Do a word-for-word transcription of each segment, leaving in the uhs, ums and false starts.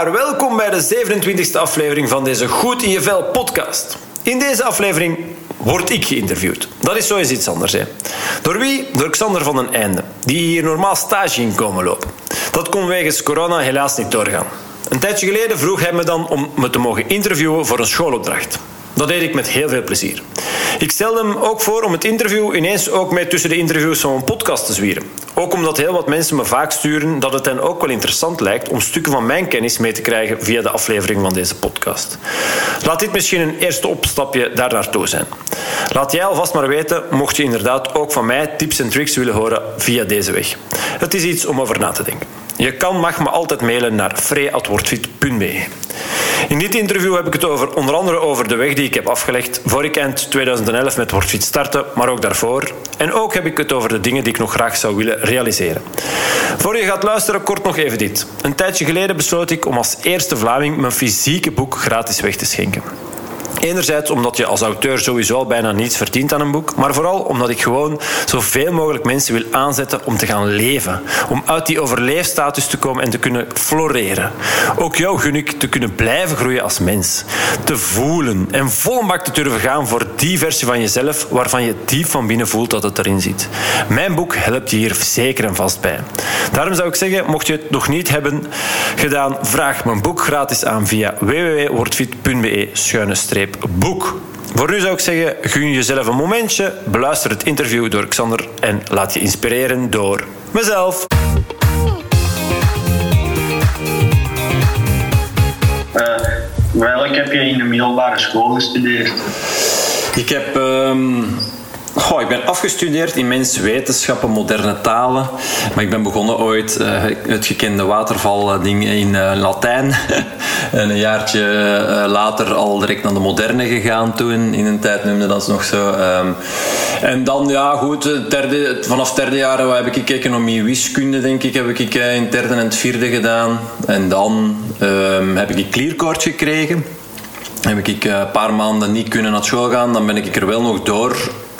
luisteraar, welkom bij de zevenentwintigste aflevering van deze Goed in je Vel podcast. In deze aflevering word ik geïnterviewd. Dat is sowieso iets anders. Hè. Door wie? Door Xander van den Einde, die hier normaal stage in komen lopen. Dat kon wegens corona helaas niet doorgaan. Een tijdje geleden vroeg hij me dan om me te mogen interviewen voor een schoolopdracht. Dat deed ik met heel veel plezier. Ik stelde hem ook voor om het interview ineens ook mee tussen de interviews van mijn podcast te zwieren. Ook omdat heel wat mensen me vaak sturen dat het hen ook wel interessant lijkt om stukken van mijn kennis mee te krijgen via de aflevering van deze podcast. Laat dit misschien een eerste opstapje daar naartoe zijn. Laat jij alvast maar weten, mocht je inderdaad ook van mij tips en tricks willen horen via deze weg. Het is iets om over na te denken. Je kan, mag me altijd mailen naar free at wordfit punt b e. In dit interview heb ik het over, onder andere over de weg die ik heb afgelegd voor ik eind tweeduizend elf met Wordfit startte, maar ook daarvoor. En ook heb ik het over de dingen die ik nog graag zou willen realiseren. Voor je gaat luisteren, kort nog even dit. Een tijdje geleden besloot ik om als eerste Vlaming mijn fysieke boek gratis weg te schenken. Enerzijds omdat je als auteur sowieso al bijna niets verdient aan een boek, maar vooral omdat ik gewoon zoveel mogelijk mensen wil aanzetten om te gaan leven. Om uit die overleefstatus te komen en te kunnen floreren. Ook jou gun ik te kunnen blijven groeien als mens. Te voelen en vol bak te durven gaan voor die versie van jezelf waarvan je diep van binnen voelt dat het erin zit. Mijn boek helpt je hier zeker en vast bij. Daarom zou ik zeggen, mocht je het nog niet hebben gedaan, vraag mijn boek gratis aan via w w w punt wordfit punt b e schuine streep boek. Voor nu zou ik zeggen, gun jezelf een momentje, beluister het interview door Xander en laat je inspireren door mezelf. Uh, welk heb je in de middelbare school gestudeerd? Ik heb... Um... Goh, ik ben afgestudeerd in menswetenschappen, moderne talen. Maar ik ben begonnen ooit uh, het gekende watervalding in uh, Latijn. En een jaartje uh, later al direct naar de moderne gegaan toen. In een tijd noemde dat nog zo. Um, en dan, ja goed, derde, vanaf het derde jaar heb ik economie wiskunde, denk ik, heb ik in het derde en het vierde gedaan. En dan um, heb ik een clearcourt gekregen. Heb ik uh, een paar maanden niet kunnen naar school gaan. Dan ben ik er wel nog door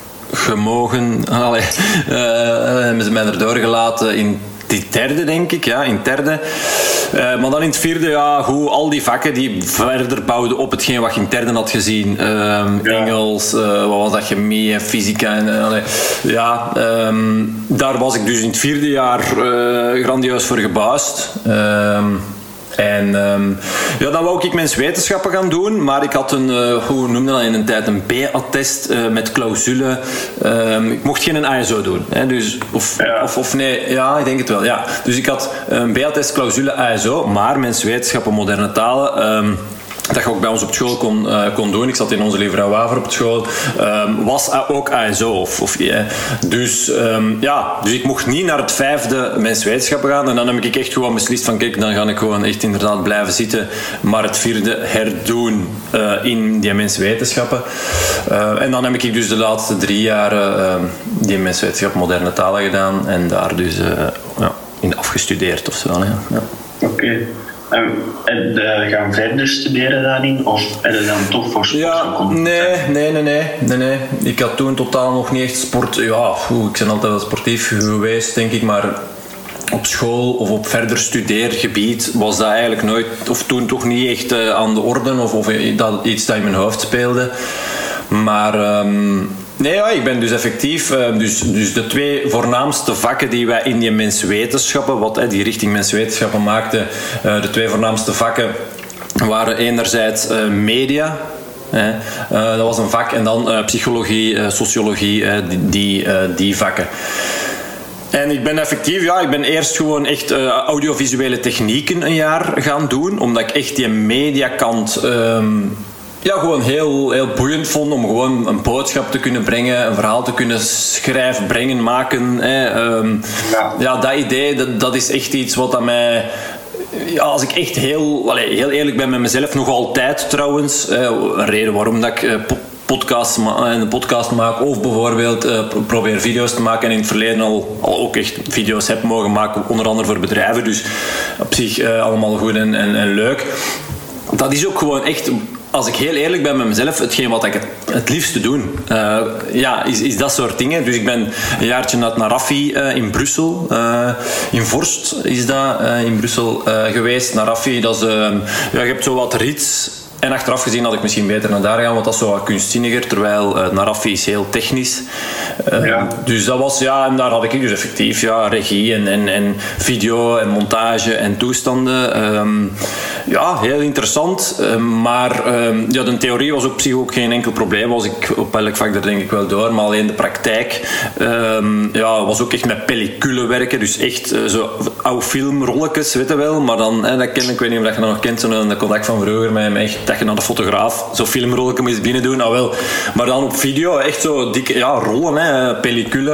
gemogen. Allee, uh, hebben ze mij erdoor gelaten in die derde, denk ik, ja, in het derde. Uh, maar dan in het vierde, ja, goed, al die vakken die verder bouwden op hetgeen wat je in het derde had gezien. Uh, ja. Engels, uh, wat was dat, chemie, fysica. En, uh, allee, ja, um, daar was ik dus in het vierde jaar uh, grandieus voor gebuist. Um, En um, ja, dan wou ik menswetenschappen gaan doen, maar ik had een, uh, hoe noemde dat in een tijd, een B-attest uh, met clausule. Um, ik mocht geen A S O doen. Hè, dus, of, ja. of, of nee, ja, ik denk het wel. Ja. Dus ik had een B-attest, clausule, A S O, maar menswetenschappen, moderne talen... Um, dat je ook bij ons op school kon, uh, kon doen. Ik zat in onze Lieve Waver op school. Um, was ook A S O. Of, of, yeah. Dus um, ja, dus ik mocht niet naar het vijfde menswetenschappen gaan. En dan heb ik echt gewoon beslist van kijk, dan ga ik gewoon echt inderdaad blijven zitten. Maar het vierde herdoen uh, in die menswetenschappen. Uh, en dan heb ik dus de laatste drie jaren uh, die menswetenschap moderne talen gedaan. En daar dus uh, ja, in afgestudeerd of zo. Ja. Ja. Oké. Okay. En heb je gaan verder studeren daarin? Of heb je dan toch voor sport ja, gekomen? Nee, nee, nee, nee, nee, nee. Ik had toen totaal nog niet echt sport... Ja, oe, ik ben altijd wel sportief geweest, denk ik, maar op school of op verder studeergebied was dat eigenlijk nooit... Of toen toch niet echt uh, aan de orde of, of dat, iets dat in mijn hoofd speelde. Maar... Um, Nee, ja, ik ben dus effectief... Uh, dus, dus de twee voornaamste vakken die wij in die menswetenschappen, wat uh, die richting menswetenschappen maakten, uh, de twee voornaamste vakken waren enerzijds uh, media. Uh, uh, dat was een vak. En dan uh, psychologie, uh, sociologie, uh, die, die, uh, die vakken. En ik ben effectief, ja, ik ben eerst gewoon echt uh, audiovisuele technieken een jaar gaan doen, omdat ik echt die mediakant... Um, Ja, gewoon heel, heel boeiend vond om gewoon een boodschap te kunnen brengen, een verhaal te kunnen schrijven, brengen, maken. Hè. Um, ja. ja, dat idee, dat, dat is echt iets wat aan mij... Ja, als ik echt heel, allez, heel eerlijk ben met mezelf, nog altijd trouwens, eh, een reden waarom dat ik eh, podcast ma- een podcast maak of bijvoorbeeld uh, probeer video's te maken en in het verleden al, al ook echt video's heb mogen maken, onder andere voor bedrijven, dus op zich uh, allemaal goed en, en, en leuk. Dat is ook gewoon echt als ik heel eerlijk ben met mezelf, hetgeen wat ik het, het liefste doe, uh, ja, is, is dat soort dingen. Dus ik ben een jaartje naar Raffi uh, in Brussel, uh, in Vorst is dat, uh, in Brussel uh, geweest. Naar Raffi, dat is, uh, ja, je hebt zo wat rits. En achteraf gezien had ik misschien beter naar daar gaan, want dat is zo wat kunstzinniger, terwijl uh, Raffi is heel technisch. Uh, ja. Dus dat was, ja, en daar had ik dus effectief ja, regie en, en, en video en montage en toestanden. Um, ja, heel interessant. Uh, maar um, ja, de theorie was op zich ook geen enkel probleem. Was ik op elk vak daar denk ik wel door, maar alleen de praktijk um, ja, was ook echt met pellicule werken. Dus echt uh, zo oude filmrolletjes, weet je wel. Maar dan, hè, dat ken ik, weet niet of je dat nog kent, zo'n contact van vroeger met echt dat je naar de fotograaf zo'n filmrolletjes moest binnen doen, nou wel. Maar dan op video, echt zo dikke ja, rollen, hè, pellicule.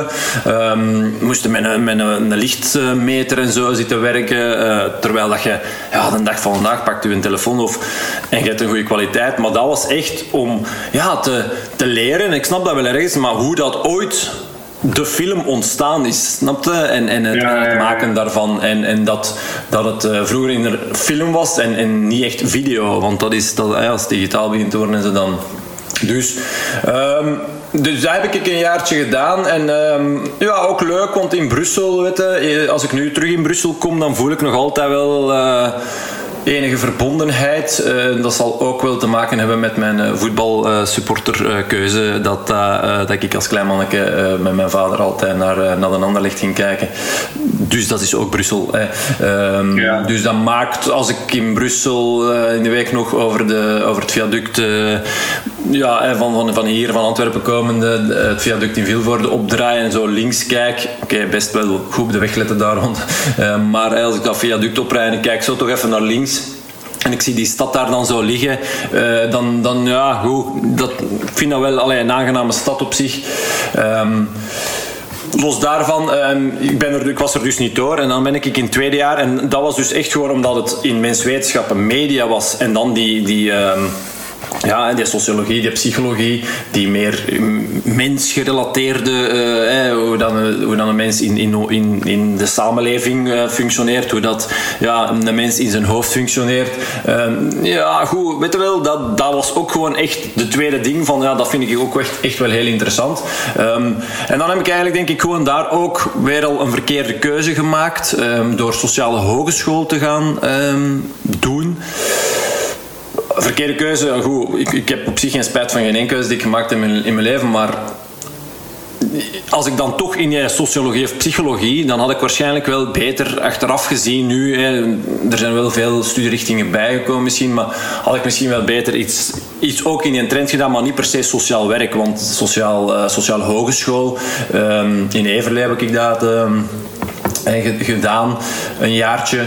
Um, moesten met, een, met een, een lichtmeter en zo zitten werken. Uh, terwijl dat je, ja, de dag van vandaag pakt je een telefoon of, en je hebt een goede kwaliteit. Maar dat was echt om ja, te, te leren. Ik snap dat wel ergens, maar hoe dat ooit de film ontstaan is, snapte? En, en, het, ja, en het maken daarvan. En, en dat, dat het uh, vroeger in een film was en, en niet echt video. Want dat is, dat, ja, als het digitaal begint te worden en zo dan. Dus, um, dus dat heb ik een jaartje gedaan. En um, ja, ook leuk, want in Brussel, weet je, als ik nu terug in Brussel kom, dan voel ik nog altijd wel Uh, enige verbondenheid. Uh, dat zal ook wel te maken hebben met mijn uh, voetbalsupporterkeuze. Uh, dat, uh, dat ik als klein manneke uh, met mijn vader altijd naar, uh, naar de Anderlecht ging kijken. Dus dat is ook Brussel. Hè. Um, ja. Dus dat maakt, als ik in Brussel uh, in de week nog over, de, over het viaduct uh, ja, van, van, van hier, van Antwerpen komende, het viaduct in Vilvoorde opdraaien en zo links kijk. Oké, okay, best wel goed op de weg letten daar rond. Uh, maar als ik dat viaduct oprijd en ik kijk zo toch even naar links en ik zie die stad daar dan zo liggen, uh, dan, dan ja, goed, dat, ik vind dat wel allee, een aangename stad op zich. Um, Los daarvan, um, ik, ben er, ik was er dus niet door en dan ben ik in het tweede jaar en dat was dus echt gewoon omdat het in menswetenschappen media was en dan die, die um, ja, die sociologie, die psychologie, die meer mensgerelateerde, uh, hoe, dan, hoe dan een mens in, in, in de samenleving uh, functioneert, hoe dat ja, een mens in zijn hoofd functioneert. Uh, ja, goed, weet je wel, dat, dat was ook gewoon echt de tweede ding van, ja, dat vind ik ook echt, echt wel heel interessant. Um, en dan heb ik eigenlijk, denk ik, gewoon daar ook weer al een verkeerde keuze gemaakt, um, door sociale hogeschool te gaan um, doen. Verkeerde keuze, goed, ik, ik heb op zich geen spijt van geen enkele keuze die ik gemaakt heb in mijn, in mijn leven, maar als ik dan toch in die sociologie of psychologie, dan had ik waarschijnlijk wel beter achteraf gezien nu, hè, er zijn wel veel studierichtingen bijgekomen misschien, maar had ik misschien wel beter iets, iets ook in die trend gedaan, maar niet per se sociaal werk, want sociaal, uh, sociale hogeschool, um, in Everlee heb ik dat um, gedaan, een jaartje.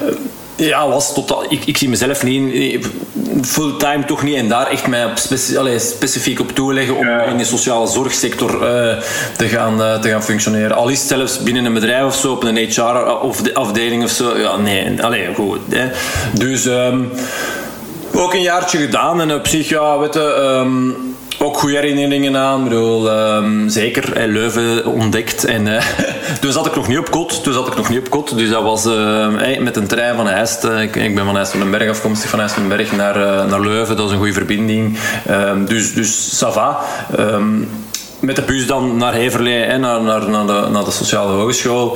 Ja, was totaal. Ik, ik zie mezelf niet in, fulltime toch niet en daar echt mij op speci- allez, specifiek op toeleggen om ja. in de sociale zorgsector uh, te, gaan, uh, te gaan functioneren. Al is het zelfs binnen een bedrijf of zo, op een H R-afdeling of zo. Ja, nee, allee, goed. Hè. Dus um, ook een jaartje gedaan en op zich, ja, weet je. Um, Ook goede herinneringen aan. Ik bedoel, um, zeker eh, Leuven ontdekt. En, uh, toen zat ik nog niet op kot. Toen zat ik nog niet op kot. Dus dat was uh, eh, met een trein van IJst. Uh, ik, ik ben van IJst van den Berg afkomstig, van IJst van den Berg naar, uh, naar Leuven. Dat was een goede verbinding. Um, dus, dus ça va. Um, met de bus dan naar Heverlee, hè, naar, naar, naar, de, naar de sociale hogeschool.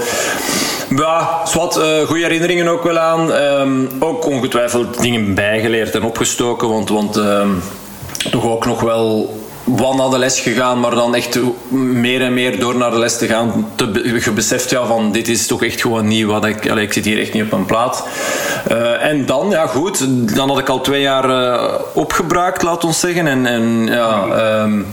Ja, zwart, uh, goede herinneringen ook wel aan. Um, ook ongetwijfeld dingen bijgeleerd en opgestoken. Want... want um, toch ook nog wel wat naar de les gegaan, maar dan echt meer en meer door naar de les te gaan. Te, je beseft ja van, dit is toch echt gewoon niet wat ik... Allez, ik zit hier echt niet op mijn plaats. Uh, en dan, ja goed, dan had ik al twee jaar uh, opgebruikt, laat ons zeggen. En, en ja... Um,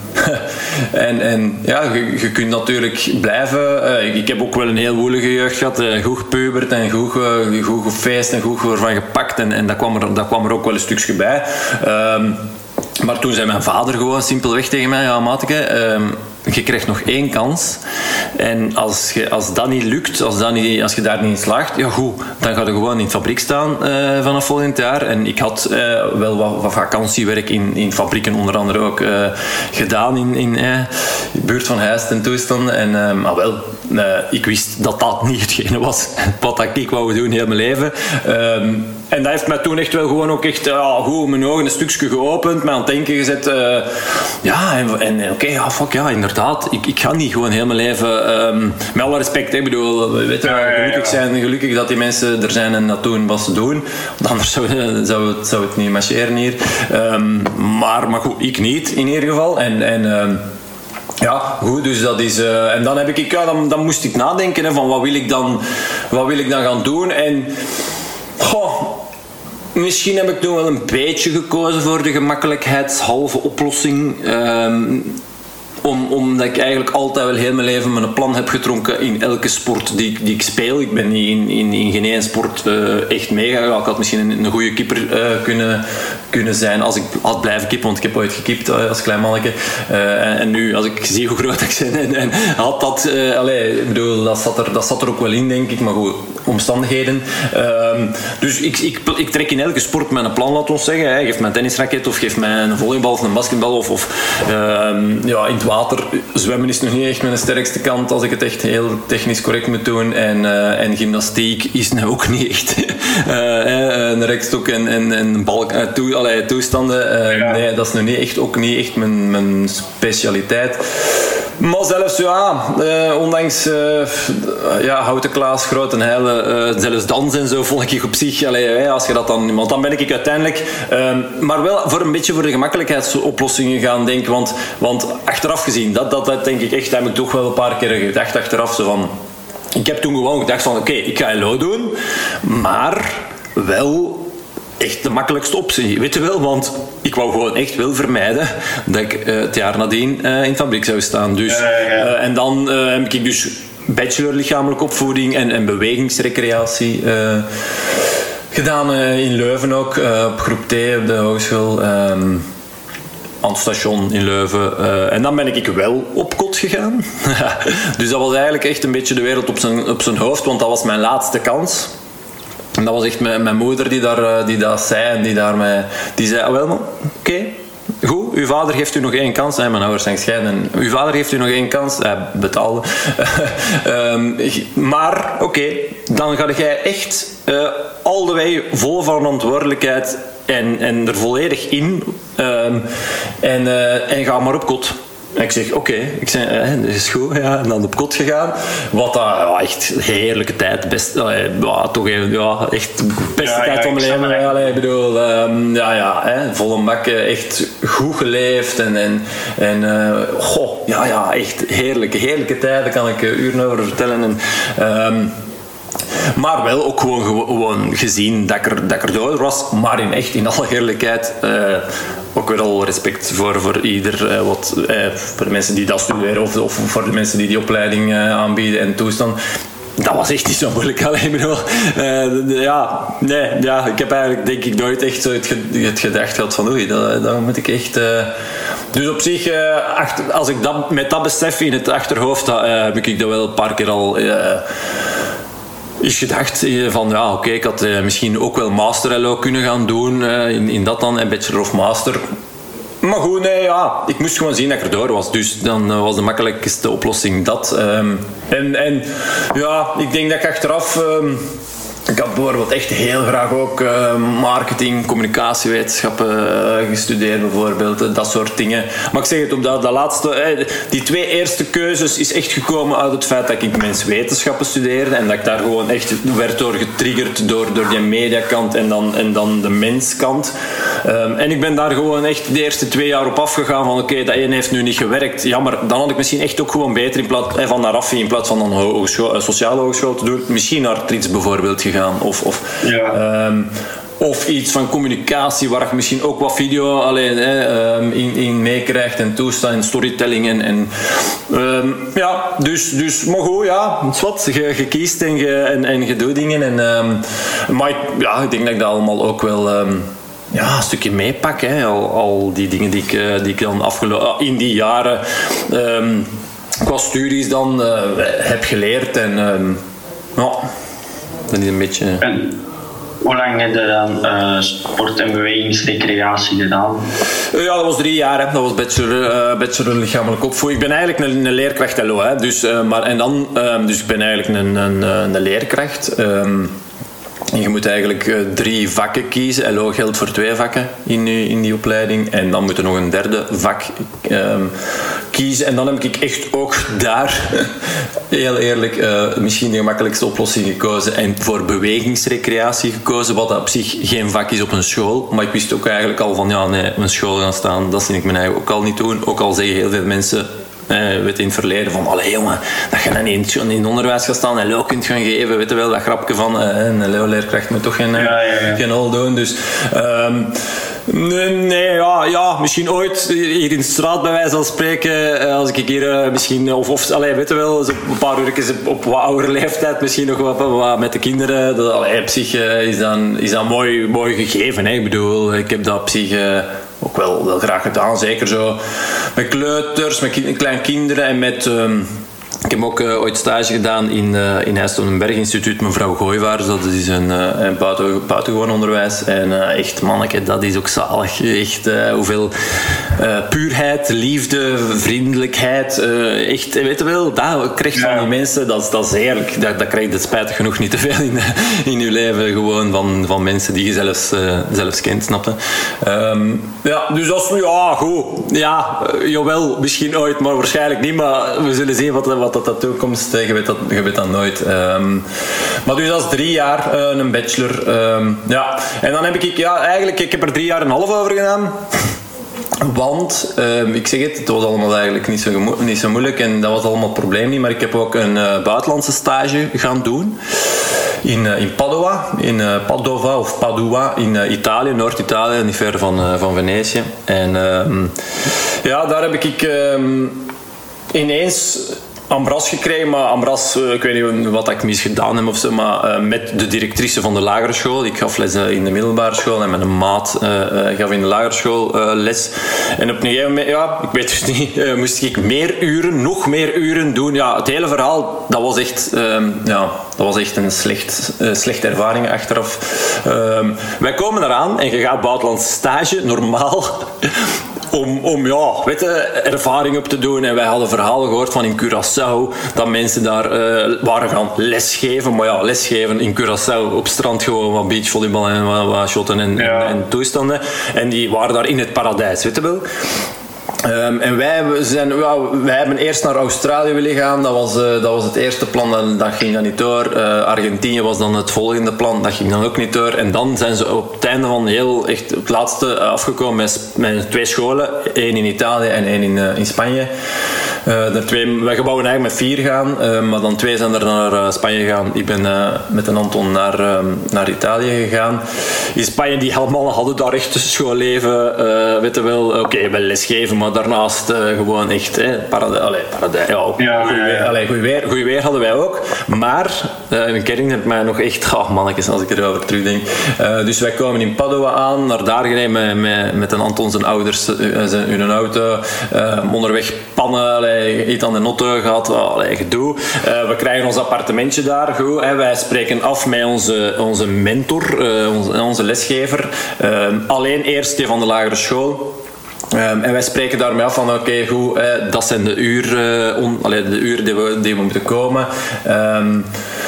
en, en ja, je, je kunt natuurlijk blijven. Uh, ik heb ook wel een heel woelige jeugd gehad. Uh, goed gepubert en goed, uh, goed gefeest en goed ervan gepakt. En, en dat, kwam er, dat kwam er ook wel een stukje bij. Um, Maar toen zei mijn vader gewoon simpelweg tegen mij, ja mateke, um, je krijgt nog één kans. En als, je, als dat niet lukt, als, dat niet, als je daar niet in slaagt, ja goed, dan ga je gewoon in de fabriek staan uh, vanaf volgend jaar. En ik had uh, wel wat, wat vakantiewerk in, in fabrieken onder andere ook uh, gedaan in, in uh, de buurt van Heist en toestanden. En, uh, maar wel, uh, ik wist dat dat niet hetgene was wat ik wou doen heel mijn leven. Um, en dat heeft mij toen echt wel gewoon ook echt uh, goed mijn ogen een stukje geopend, mij aan het denken gezet. Uh, ja, en, en oké, okay, ja, fuck ja, inderdaad. Ik, ik ga niet gewoon heel mijn leven, um, met alle respect, ik bedoel, we weten wel, gelukkig zijn, gelukkig dat die mensen er zijn en dat doen wat ze doen. Want anders zou, zou, het, zou het niet marcheren hier. Um, maar, maar goed, ik niet in ieder geval. En, en um, ja, goed, dus dat is... Uh, en dan heb ik, ja, dan, dan moest ik nadenken hè, van wat wil ik dan, wat wil ik dan gaan doen. En... Goh, misschien heb ik toen wel een beetje gekozen voor de gemakkelijkheidshalve oplossing. Um, Om, omdat ik eigenlijk altijd wel heel mijn leven mijn plan heb getrokken in elke sport die, die ik speel. Ik ben niet in, in, in geen één sport uh, echt meegegaan. Ik had misschien een, een goede keeper uh, kunnen, kunnen zijn als ik had blijven kippen, want ik heb ooit gekipt uh, als klein manneke. Uh, en, en nu, als ik zie hoe groot ik ben, en, en had dat... Uh, allez, ik bedoel, dat zat, er, dat zat er ook wel in, denk ik. Maar goed, omstandigheden. Uh, dus ik, ik, ik trek in elke sport mijn plan, laat ons zeggen. Hè. Geef mij een tennisraket of geef mij een volleybal of een basketbal of... of uh, ja, in het water. Zwemmen is nog niet echt mijn sterkste kant als ik het echt heel technisch correct moet doen. En, uh, en gymnastiek is nou ook niet echt uh, een rekstok en, en, en balk, uh, toe, allee, toestanden. Uh, ja. Nee, dat is nog niet echt, ook niet echt mijn, mijn specialiteit. Maar zelfs, ja, uh, ondanks uh, ja, Houten Klaas, Groot en Heile, uh, zelfs dans en zo volg ik op zich. Allee, als je dat dan, want dan ben ik uiteindelijk, uh, maar wel voor een beetje voor de gemakkelijkheidsoplossingen gaan denken. Want, want achteraf gezien, dat, dat, dat denk ik echt, dat heb ik toch wel een paar keer gedacht achteraf. Zo van, ik heb toen gewoon gedacht van, oké, okay, ik ga L O doen, maar wel... echt de makkelijkste optie, weet je wel, want ik wou gewoon echt wel vermijden dat ik uh, het jaar nadien uh, in de fabriek zou staan. Dus, ja, ja, ja. Uh, en dan uh, heb ik dus bachelor lichamelijke opvoeding en, en bewegingsrecreatie uh, gedaan uh, in Leuven ook, uh, op groep T op de hogeschool. Um, aan het station in Leuven. Uh, en dan ben ik wel op kot gegaan. Dus dat was eigenlijk echt een beetje de wereld op zijn, op zijn hoofd, want dat was mijn laatste kans. En dat was echt mijn, mijn moeder die, daar, die dat zei en die daarmee... Die zei, ah, wel man, oké, okay, goed, uw vader geeft u nog één kans. Hey, mijn ouders zijn gescheiden. Uw vader geeft u nog één kans. Hij betaalde. um, maar, oké, okay, dan ga jij echt uh, all the way vol verantwoordelijkheid en, en er volledig in. Um, en, uh, en ga maar op kot. En ik zeg, oké, okay. Ik zeg, eh, dat is goed, ja. En dan op kot gegaan. Wat dat, ja, echt heerlijke tijd. Best, ja, toch even, ja, echt de beste ja, tijd ja, van mijn leven. Ja, ik bedoel, um, ja, ja, hè, volle bak, echt goed geleefd. En, en, en uh, goh, ja, ja, echt heerlijke, heerlijke tijd. Daar kan ik uh, uren over vertellen. En, um, maar wel ook gewoon, gewoon gezien dat ik, er, dat ik er door was. Maar in echt, in alle eerlijkheid... Uh, ook weer al respect voor, voor ieder, uh, wat, uh, voor de mensen die dat studeren of, of voor de mensen die die opleiding uh, aanbieden en toestand. Dat was echt niet zo moeilijk. Alleen, bedoel, uh, ja, nee, ja, ik heb eigenlijk denk ik nooit echt zo het, het gedacht gehad van oei, dat, dat moet ik echt... Uh, dus op zich, uh, achter, als ik dat, met dat besef in het achterhoofd, dat, uh, heb ik dat wel een paar keer al... Uh, is gedacht van ja, oké, okay, ik had uh, misschien ook wel master L O kunnen gaan doen uh, in, in dat dan, en bachelor of master. Maar goed, nee, ja, ik moest gewoon zien dat ik erdoor was. Dus dan uh, was de makkelijkste oplossing dat. Um, en, en ja, ik denk dat ik achteraf... Um, ik had bijvoorbeeld echt heel graag ook uh, marketing, communicatiewetenschappen uh, gestudeerd bijvoorbeeld, uh, dat soort dingen. Maar ik zeg het, op dat, dat laatste, uh, die twee eerste keuzes is echt gekomen uit het feit dat ik menswetenschappen studeerde en dat ik daar gewoon echt werd door getriggerd door, door die mediakant en dan, en dan de menskant. Um, en ik ben daar gewoon echt de eerste twee jaar op afgegaan van oké, okay, dat één heeft nu niet gewerkt. Jammer, dan had ik misschien echt ook gewoon beter in plaats eh, van naar Raffi in plaats van een hogeschool, een sociale hogeschool te doen. Misschien naar Trits bijvoorbeeld gegaan. Of, of, ja. um, of iets van communicatie waar je misschien ook wat video alleen, hè, um, in, in meekrijgt en toestaan en storytelling en, en um, ja, dus, dus maar goed, ja, het is wat, je, je kiest en je, en, en je doet dingen en, um, maar ik, ja, ik denk dat ik dat allemaal ook wel um, ja, een stukje meepak, hè, al, al die dingen die ik, die ik dan afgelopen in die jaren um, qua studies dan uh, heb geleerd en um, ja. Dat is een beetje... En hoe lang heb je dan uh, sport- en bewegingsrecreatie gedaan? Uh, ja, dat was drie jaar. Hè. Dat was bachelor, uh, bachelor lichamelijk opvoeding. Ik ben eigenlijk een, een leerkracht L O. Hè. Dus, uh, maar, en dan, uh, dus ik ben eigenlijk een, een, een leerkracht. Um, En je moet eigenlijk uh, drie vakken kiezen. L O geldt voor twee vakken in, in die opleiding. En dan moet je nog een derde vak um, kiezen. En dan heb ik echt ook daar, heel eerlijk, uh, misschien de gemakkelijkste oplossing gekozen. En voor bewegingsrecreatie gekozen. Wat op zich geen vak is op een school. Maar ik wist ook eigenlijk al van, ja, nee, op een school gaan staan, dat zie ik me eigenlijk ook al niet doen. Ook al zeggen heel veel mensen... Uh, weet in het verleden van, allee jongen, dat je dan niet in het onderwijs gaat staan en L O kunt gaan geven, weet je wel, dat grapje van uh, een L O-leerkracht moet toch geen, uh, ja, ja, ja. geen hol doen. Dus um, nee, nee ja, ja, misschien ooit hier in de straat bij wijze van spreken, uh, als ik hier uh, misschien, of, of allee, weet je wel, een paar uurtjes op, op wat oudere leeftijd, misschien nog wat, wat met de kinderen, dat, allee, op zich uh, is dan, is dan mooi, mooi gegeven. Hè? Ik bedoel, ik heb dat op zich... Uh, ook wel, wel graag gedaan, zeker zo met kleuters, met kind, kleine kinderen en met... Um, ik heb ook uh, ooit stage gedaan in, uh, in IJsselberg Instituut mevrouw Gooivaars. Dat is een, uh, een buiten, buitengewoon onderwijs. En uh, echt, manneke, dat is ook zalig. Echt, uh, hoeveel uh, puurheid, liefde, vriendelijkheid. Uh, echt, weet je wel, dat krijg je van die mensen. Dat, dat is heerlijk. Dat, dat krijg je spijtig genoeg niet te veel in, in je leven. Gewoon van, van mensen die je zelfs, uh, zelfs kent, snap je? Um, ja, dus dat is, ja, goed. Ja, uh, jawel, misschien ooit, maar waarschijnlijk niet. Maar we zullen zien wat, wat dat de toekomst, je weet dat, je weet dat nooit. Um, maar dus dat is drie jaar, uh, een bachelor. Um, ja. En dan heb ik, ja, eigenlijk, ik heb er drie jaar en een half over gedaan. Want, uh, ik zeg het, het was allemaal eigenlijk niet zo, gemo- niet zo moeilijk en dat was allemaal het probleem niet. Maar ik heb ook een uh, buitenlandse stage gaan doen. In, uh, in Padova, in uh, Padova of Padua in uh, Italië, Noord-Italië, niet ver van, uh, van Venetië. En uh, ja, daar heb ik uh, ineens... Ambras gekregen, maar Ambras, uh, ik weet niet wat ik mis gedaan heb of zo, maar uh, met de directrice van de lagere school. Ik gaf les uh, in de middelbare school en met een maat uh, uh, gaf in de lagere school uh, les. En op een gegeven moment, ja, ik weet dus niet, uh, moest ik meer uren, nog meer uren doen. Ja, het hele verhaal, dat was echt, uh, ja, dat was echt een slecht, uh, slechte ervaring achteraf. Uh, wij komen eraan en je gaat buitenlandse stage, normaal. Om, om ja, weet je, ervaring op te doen. En wij hadden verhalen gehoord van in Curaçao dat mensen daar uh, waren gaan lesgeven. Maar ja, lesgeven in Curaçao op strand gewoon wat beachvolleybal en wat, wat shotten en, ja. en, en toestanden. En die waren daar in het paradijs, weet je wel. Um, en wij, zijn, ja, wij hebben eerst naar Australië willen gaan. Dat was, uh, dat was het eerste plan, dat, dat ging dan niet door. Uh, Argentinië was dan het volgende plan, dat ging dan ook niet door. En dan zijn ze op het einde van heel, echt het laatste afgekomen met, met twee scholen. Eén in Italië en één in, uh, in Spanje. Uh, er twee, wij gebouwen eigenlijk met vier gaan, uh, maar dan twee zijn er naar uh, Spanje gegaan. Ik ben uh, met een Anton naar, uh, naar Italië gegaan. In Spanje, die allemaal hadden daar echt een schoolleven. Uh, weet je wel, oké, okay, wel lesgeven, maar daarnaast uh, gewoon echt hè, paradijs. Allee, paradijs. Ja, ja, goed, ja, ja. Allee, goed, weer, goed weer hadden wij ook. Maar uh, een kering heeft mij nog echt, oh mannetjes, als ik erover terugdenk. Uh, dus wij komen in Padua aan, naar daar gereden met, met, met een Anton zijn ouders uh, zijn, in een auto. Uh, onderweg pannen, allee, iets aan de auto gehad, allee, gedoe. Uh, we krijgen ons appartementje daar, goed. Hè. Wij spreken af met onze, onze mentor, uh, onze, onze lesgever. Uh, alleen eerst die van de lagere school. Um, en wij spreken daarmee af van oké, okay, goed, eh, dat zijn de uren, uh, on, allee, de uren die we, die we moeten komen. Um,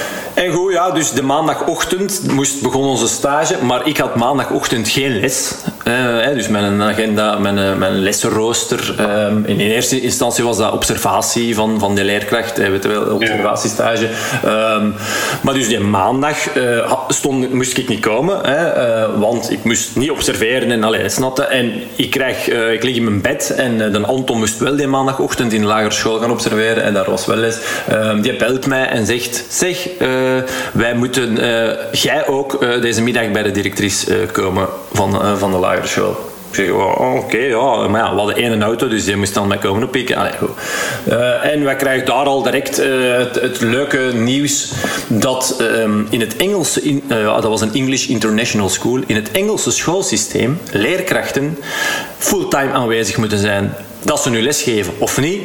En goed, ja, dus de maandagochtend moest, begon onze stage, maar ik had maandagochtend geen les. Uh, dus mijn agenda, mijn, mijn lessenrooster. Um, in eerste instantie was dat observatie van, van de leerkracht, eh, weet je wel, observatiestage. Um, maar dus die maandag uh, stond, moest ik niet komen, hè, uh, want ik moest niet observeren en allee, snappen. En ik, krijg, uh, ik lig in mijn bed en uh, de Anton moest wel die maandagochtend in de lagere school gaan observeren en daar was wel les. Um, die belt mij en zegt, zeg... Uh, Uh, wij moeten, uh, jij ook uh, deze middag bij de directrice uh, komen van, uh, van de lagere school. Ik zeg, oh, oké, okay, ja, maar ja, we hadden één auto, dus die moest dan mij komen oppikken. Allee, goed. Uh, en wij krijgen daar al direct uh, het, het leuke nieuws dat um, in het Engelse, in, uh, dat was een English International School, in het Engelse schoolsysteem leerkrachten fulltime aanwezig moeten zijn. Dat ze nu lesgeven of niet.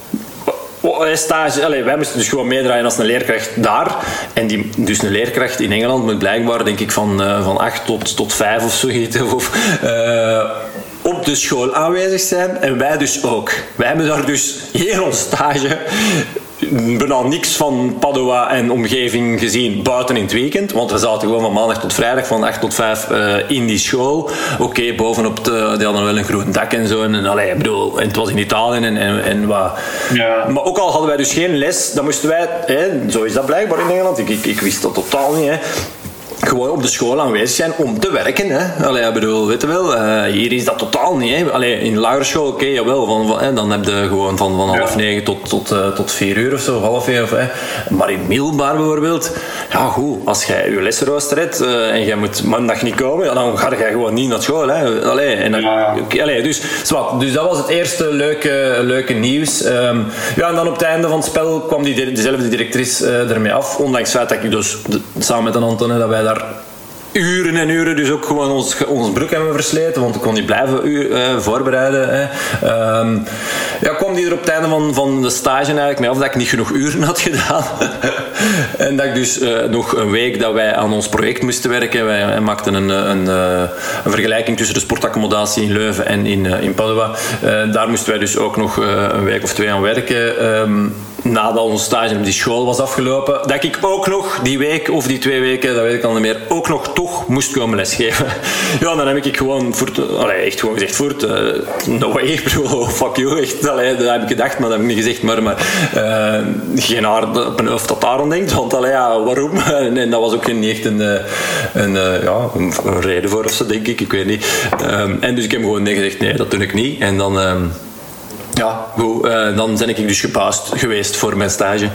Stage, allez, wij moesten dus gewoon meedraaien als een leerkracht daar. En die, dus een leerkracht in Engeland moet blijkbaar, denk ik, van, uh, van acht tot, tot vijf of zoiets. Of, uh, op de school aanwezig zijn en wij dus ook. Wij hebben daar dus heel ons stage bijna niks van Padua en omgeving gezien buiten in het weekend, want we zaten gewoon van maandag tot vrijdag van acht tot vijf uh, in die school. Oké, okay, bovenop de, die hadden wel een groen dak en zo en, en, allee, bedoel, en het was in Italië en, en, en wat. Ja. Maar ook al hadden wij dus geen les, dan moesten wij, hè, zo is dat blijkbaar in Engeland, ik, ik, ik wist dat totaal niet, hè, gewoon op de school aanwezig zijn om te werken. Hè. Allee, ik bedoel, weet je wel, uh, hier is dat totaal niet. Hè. Allee, in de lagere school, oké, okay, jawel, van, van, hè, dan heb je gewoon van, van half ja. negen tot, tot, uh, tot vier uur of zo, of half vier. Of, hè. Maar in middelbaar bijvoorbeeld, ja goed, als jij je lesrooster hebt uh, en jij moet maandag niet komen, ja, dan ga je gewoon niet naar school. Hè. Allee, en dan, ja. okay, allee, dus, zwart, dus dat was het eerste leuke, leuke nieuws. Um, ja, en dan op het einde van het spel kwam die, dezelfde directrice uh, ermee af, ondanks het feit dat ik dus de, samen met een Anton, dat wij daar uren en uren dus ook gewoon ons, ons broek hebben versleten, want ik kon niet blijven uh, voorbereiden. Hè. Um, ja, kwam die er op het einde van, van de stage eigenlijk mee af dat ik niet genoeg uren had gedaan. En dat ik dus uh, nog een week dat wij aan ons project moesten werken. Wij, wij maakten een, een, een vergelijking tussen de sportaccommodatie in Leuven en in, uh, in Padua. Uh, daar moesten wij dus ook nog uh, een week of twee aan werken. Um, nadat onze stage op die school was afgelopen, dat ik ook nog die week of die twee weken, dat weet ik al niet meer, ook nog toch moest komen lesgeven. Ja, dan heb ik gewoon voort, allee, echt gewoon gezegd, voort, uh, no way, ik bedoel, fuck you, echt, allee, dat heb ik gedacht, maar dat heb ik niet gezegd, maar, maar uh, geen haar op een hoofd dat daarom denkt, want allee, ja, waarom? En, en dat was ook niet echt een, een, een, ja, een reden voor of zo, denk ik, ik weet niet. Um, en dus ik heb gewoon nee gezegd, nee, dat doe ik niet. En dan... Um, Ja, goed, uh, dan ben ik dus gepaust geweest voor mijn stage.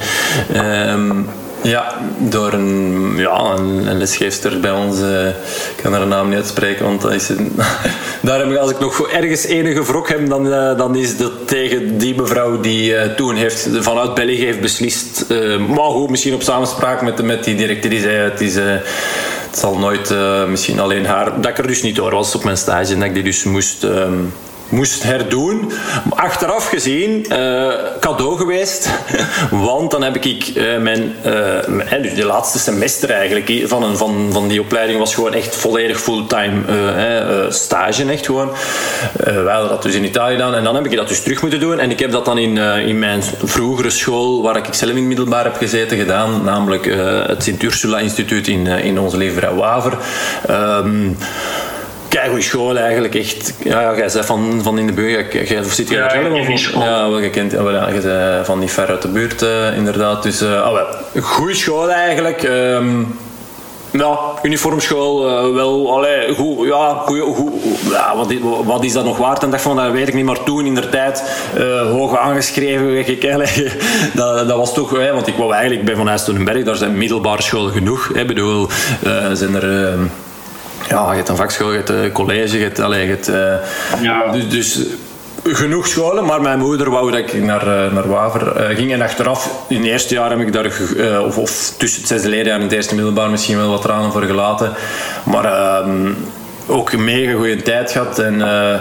Um, ja, door een, ja, een, een lesgeefster bij ons. Uh, ik kan haar naam niet uitspreken, want dat is een, daar heb ik, als ik nog ergens enige wrok heb, dan, uh, dan is dat tegen die mevrouw die uh, toen heeft, vanuit België heeft beslist. Uh, maar goed, misschien op samenspraak met, met die directeur die zei, het is... Uh, het zal nooit, uh, misschien alleen haar... Dat ik er dus niet door was op mijn stage en dat ik die dus moest... Um, moest herdoen. Achteraf gezien uh, cadeau geweest, want dan heb ik uh, mijn uh, dus de laatste semester eigenlijk van, een, van, van die opleiding was gewoon echt volledig fulltime uh, uh, stage, echt gewoon. Uh, wij hadden dat dus in Italië gedaan en dan heb ik dat dus terug moeten doen en ik heb dat dan in, uh, in mijn vroegere school, waar ik zelf in het middelbaar heb gezeten, gedaan, namelijk uh, het Sint-Ursula Instituut in, uh, in Onze Lieve Vrouw Waver. Um, Kijk, goede school eigenlijk, echt. Ja, ja, jij zei van, van in de buurt, jij, jij, of zit je ja, er zelf of? Ja, wel gekend. Ja, ja, jij zei van niet ver uit de buurt, uh, inderdaad. Dus, uh, oh, wel, goede school eigenlijk. Um, ja, uniformschool, uh, wel, allee, goed, ja, goeie, goed, ja, wat, wat is dat nog waard? En dacht van, dat weet ik niet, maar toen in der tijd, uh, hoog aangeschreven, ik, dat, dat was toch, hè, want ik wou eigenlijk bij Van IJsselberg, daar zijn middelbare scholen genoeg. Ik bedoel, uh, zijn er... Uh, Ja, je hebt een vakschool, je hebt een college, je hebt... Allez, je hebt uh, ja. dus, dus genoeg scholen, maar mijn moeder wou dat ik naar, uh, naar Waver uh, ging. En achteraf, in het eerste jaar heb ik daar... Uh, of, of tussen het zesde leerjaar en het eerste middelbaar misschien wel wat tranen voor gelaten. Maar uh, ook een mega goede tijd gehad. En, uh,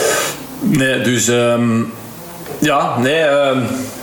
nee, dus... Um, ja, nee... Uh,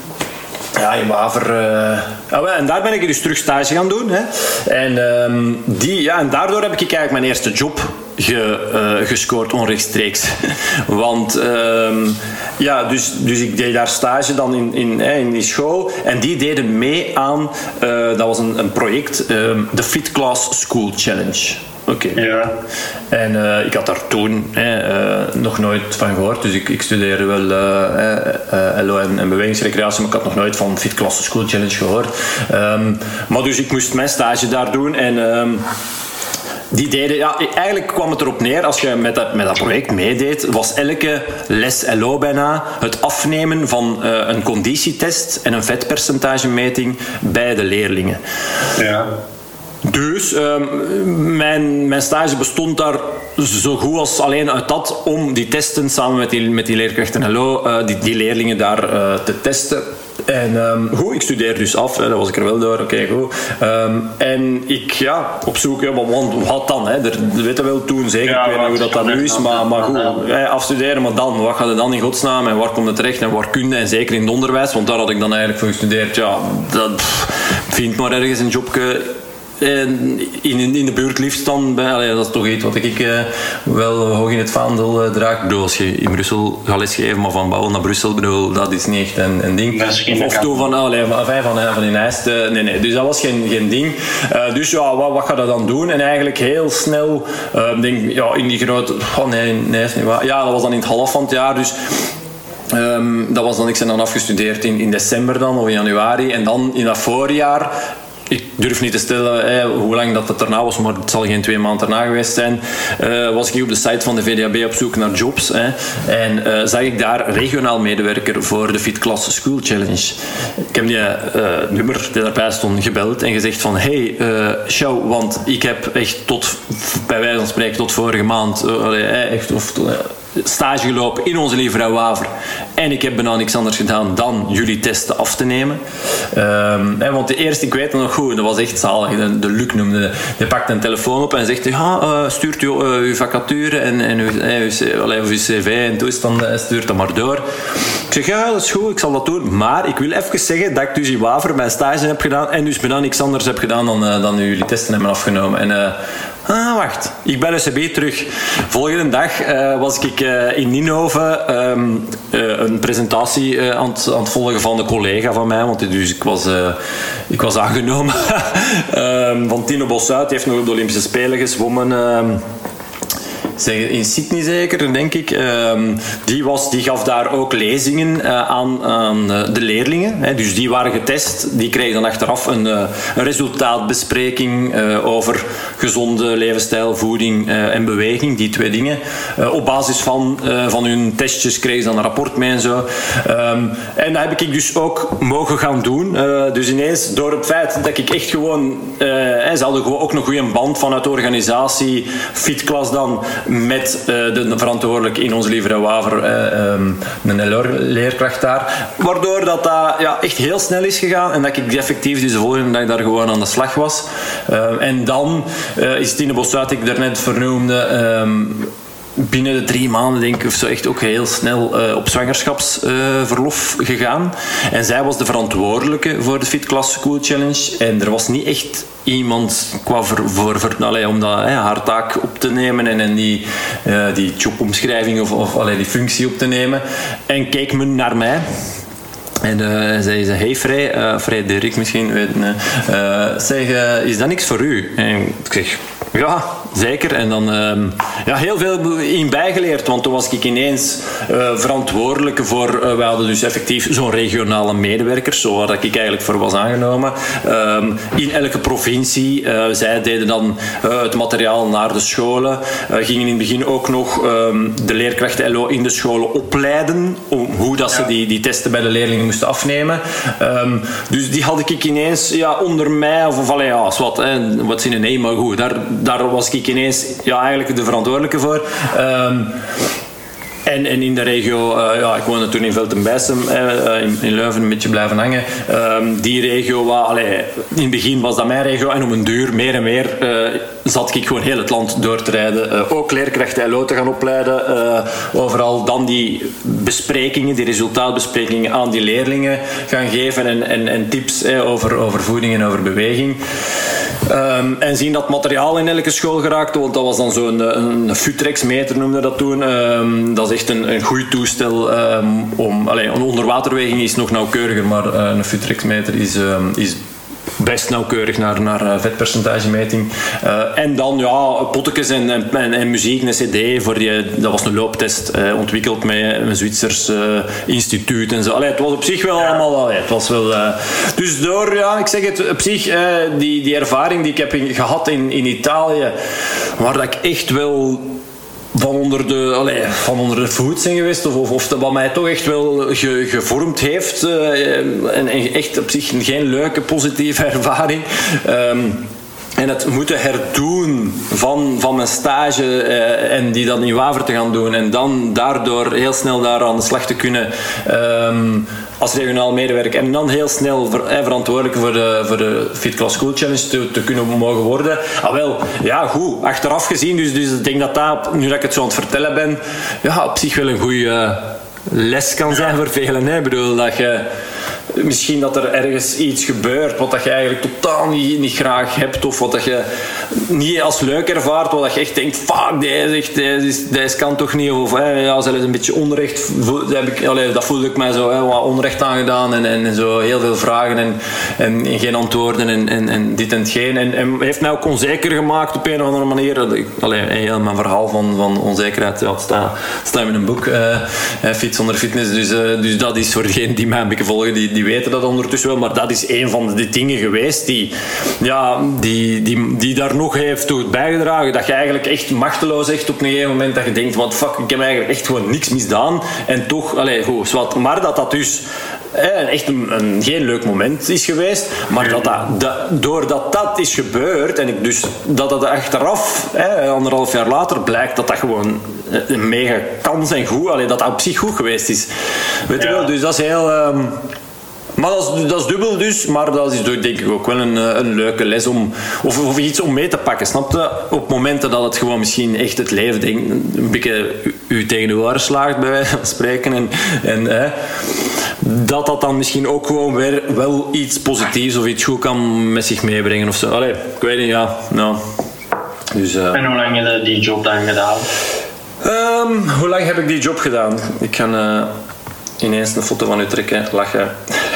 Ja, in Waver. Uh, ja, en daar ben ik dus terug stage gaan doen. Hè. En, um, die, ja, en daardoor heb ik eigenlijk mijn eerste job ge, uh, gescoord, onrechtstreeks. Want um, ja, dus, dus ik deed daar stage dan in, in, in die school. En die deden mee aan, uh, dat was een, een project, um, de Fit Class School Challenge. Oké. Okay. Ja. En uh, ik had daar toen eh, uh, nog nooit van gehoord. Dus ik, ik studeerde wel uh, uh, L O en, en bewegingsrecreatie, maar ik had nog nooit van Fit Class School Challenge gehoord. Um, maar dus ik moest mijn stage daar doen en... Um, die deden, ja, eigenlijk kwam het erop neer, als je met dat, met dat project meedeed, was elke les L O bijna het afnemen van uh, een conditietest en een vetpercentagemeting bij de leerlingen. Ja. Dus um, mijn, mijn stage bestond daar zo goed als alleen uit dat, om die testen samen met die, met die leerkrachten L O, uh, die, die leerlingen daar uh, te testen. En um, goed, ik studeerde dus af, hè, dat was ik er wel door, oké, okay, goed. Um, en ik, ja, op zoek, ja, want wat dan? Hè? Er, dat weten we wel toen, zeker, ja, ik weet niet hoe dat, dat nu is, maar, maar goed, hè, afstuderen, maar dan, wat gaat het dan in godsnaam en waar komt het terecht en waar kun je, en zeker in het onderwijs, want daar had ik dan eigenlijk voor gestudeerd, ja, dat, pff, vind maar ergens een jobje in, in, in de buurt liefst dan bij, allee, dat is toch iets wat ik uh, wel hoog in het vaandel uh, draag. Ik bedoel, als je in Brussel gaat lesgeven, maar van Bouwen naar Brussel, bedoel, dat is niet echt een, een ding. Of, of toe van, allee, van, van, van in IJst, uh, nee, nee, dus dat was geen, geen ding. Uh, dus ja, wat, wat ga je dan doen? En eigenlijk heel snel, uh, denk, ja, in die grote, oh nee, nee, is niet waar. Ja, dat was dan in het half van het jaar, dus um, dat was dan, ik ben dan afgestudeerd in, in december dan, of in januari, en dan in dat voorjaar. Ik durf niet te stellen hè, hoe lang dat het daarna was, maar het zal geen twee maanden daarna geweest zijn. Uh, was ik op de site van de V D A B op zoek naar jobs. Hè, en uh, zag ik daar regionaal medewerker voor de FitClass School Challenge. Ik heb die uh, nummer die daarbij stond gebeld en gezegd van hey, uh, show, want ik heb echt tot, bij wijze van spreken, tot vorige maand uh, echt, of, uh, stage gelopen in onze lieve vrouw Waver. En ik heb bijna niks anders gedaan dan jullie testen af te nemen. Um, hè, want de eerste, ik weet het nog goed, dat was echt zalig. De, de Luc noemde de, die pakt een telefoon op en zegt ja, uh, stuurt u uh, uw vacature en, en uw, uh, uw, uh, uw cv en toestand, uh, stuurt dat maar door. Ik zeg ja, dat is goed, ik zal dat doen. Maar ik wil even zeggen dat ik dus in Waver mijn stage heb gedaan en dus bijna niks anders heb gedaan dan, uh, dan jullie testen hebben afgenomen. En uh, Ah, wacht. Ik ben S B terug. Volgende dag uh, was ik uh, in Ninove um, uh, een presentatie uh, aan, t, aan het volgen van de collega van mij, want dus ik was, uh, ik was aangenomen um, van Tino Bossuit. Die heeft nog op de Olympische Spelen gezwommen. Um, in Sydney zeker, denk ik. Um, die, was, die gaf daar ook lezingen uh, aan, aan de leerlingen. Hè. Dus die waren getest. Die kregen dan achteraf een, uh, een resultaatbespreking uh, over gezonde levensstijl, voeding uh, en beweging. Die twee dingen. Uh, op basis van, uh, van hun testjes kregen ze dan een rapport mee en zo. Um, en dat heb ik dus ook mogen gaan doen. Uh, dus ineens, door het feit dat ik echt gewoon... Uh, ze hadden gewoon ook een goede band vanuit de organisatie. FitClass dan... met uh, de verantwoordelijke in onze lieve Waver, uh, um, een L R-leerkracht daar. Waardoor dat, dat ja, echt heel snel is gegaan en dat ik effectief dus de volgende dag daar gewoon aan de slag was. Uh, en dan uh, is Tine Bossuit, die ik daarnet vernoemde, um, binnen de drie maanden denk ik of zo echt ook heel snel uh, op zwangerschapsverlof uh, gegaan. En zij was de verantwoordelijke voor de FitClass School Challenge. En er was niet echt iemand qua voor, voor, voor, allee, om dat, hè, haar taak op te nemen en, en die, uh, die jobomschrijving of, of allee, die functie op te nemen. En keek men naar mij. En uh, zei ze, hey Frey, uh, Frederik misschien, weet, uh, uh, zeg, uh, is dat niks voor u? En ik zeg, ja, zeker. En dan uh, ja, heel veel in bijgeleerd, want toen was ik ineens uh, verantwoordelijke voor, uh, wij hadden dus effectief zo'n regionale medewerkers, zo waar ik eigenlijk voor was aangenomen, uh, in elke provincie. Uh, zij deden dan uh, het materiaal naar de scholen, uh, gingen in het begin ook nog uh, de leerkrachten L O in de scholen opleiden, om hoe dat ze die, die testen bij de leerlingen moesten afnemen. Um, dus die had ik ineens ja, onder mij, of, of allee, ja, wat, hè, wat zin in, nee, maar goed, daar, daar was ik ineens ja, eigenlijk de verantwoordelijke voor. Um, En, en in de regio, uh, ja, ik woonde toen in Velten-Bijssem, uh, in, in Leuven een beetje blijven hangen. Um, die regio, wa, allee, in het begin was dat mijn regio en om een duur, meer en meer, uh, zat ik gewoon heel het land door te rijden. Uh, ook leerkrachten L O te gaan opleiden. Uh, overal dan die besprekingen, die resultaatbesprekingen aan die leerlingen gaan geven en, en, en tips eh, over, over voeding en over beweging. Um, en zien dat materiaal in elke school geraakt, want dat was dan zo'n een, een Futrex-meter noemde dat toen. Um, dat is echt een, een goed toestel um, om... Allee, een onderwaterweging is nog nauwkeuriger, maar uh, een Futrex-meter is, um, is best nauwkeurig naar, naar uh, vetpercentagemeting. Uh, en dan ja, pottekes en, en, en muziek, een cd, voor die, dat was een looptest, uh, ontwikkeld met een Zwitsers uh, instituut en zo. Allee, het was op zich wel allemaal... Allee, het was wel, uh, dus door, ja, ik zeg het, op zich, uh, die, die ervaring die ik heb in, gehad in, in Italië, waar dat ik echt wel... Van onder, de, allez, van onder de voet zijn geweest, of, of, of wat mij toch echt wel ge, gevormd heeft. Uh, en, en echt op zich geen leuke, positieve ervaring. Um, En het moeten herdoen van, van mijn stage eh, en die dan in Waver te gaan doen. En dan daardoor heel snel daar aan de slag te kunnen um, als regionaal medewerker. En dan heel snel ver, eh, verantwoordelijk voor de, voor de FitClass School Challenge te, te kunnen mogen worden. Ah wel, ja goed, achteraf gezien. Dus, dus ik denk dat dat, nu dat ik het zo aan het vertellen ben, ja, op zich wel een goede les kan zijn voor velen. Hè? Ik bedoel, dat je... misschien dat er ergens iets gebeurt wat dat je eigenlijk totaal niet, niet graag hebt, of wat dat je niet als leuk ervaart, wat dat je echt denkt, fuck, deze, echt, deze, is, deze kan toch niet, of hè, ja, zelfs een beetje onrecht, dat, heb ik, allee, dat voelde ik mij zo, hè, wat onrecht aangedaan en, en zo heel veel vragen en, en, en geen antwoorden en, en, en dit en hetgeen. En, en heeft mij ook onzeker gemaakt op een of andere manier. Allee, heel mijn verhaal van, van onzekerheid, ja, het staat, staat in een boek, uh, Fit zonder fitness, dus, uh, dus dat is voor degenen die mij een beetje volgen, die, die weten dat ondertussen wel, maar dat is een van de dingen geweest die, ja, die, die, die daar nog heeft toe bijgedragen, dat je eigenlijk echt machteloos echt op een gegeven moment dat je denkt, wat fuck, ik heb eigenlijk echt gewoon niks misdaan en toch, allee, goed, zwart, maar dat dat dus eh, echt een, een, geen leuk moment is geweest, maar dat dat, dat, doordat dat is gebeurd en ik dus, dat dat achteraf, eh, anderhalf jaar later, blijkt dat dat gewoon een mega kans en goed, allee, dat dat op zich goed geweest is. Weet je wel, dus dat is heel... Um, Maar dat is, dat is dubbel dus, maar dat is denk ik ook wel een, een leuke les om, of, of iets om mee te pakken, snap je? Op momenten dat het gewoon misschien echt het leven denk, een beetje u tegen de oren slaagt, bij wijze van spreken. En, en eh, dat dat dan misschien ook gewoon weer wel iets positiefs of iets goed kan met zich meebrengen of zo. Allee, ik weet niet, ja. Nou, dus, uh, en hoe lang heb je die job dan gedaan? Um, hoe lang heb ik die job gedaan? Ik ga uh, ineens een foto van u trekken, lachen.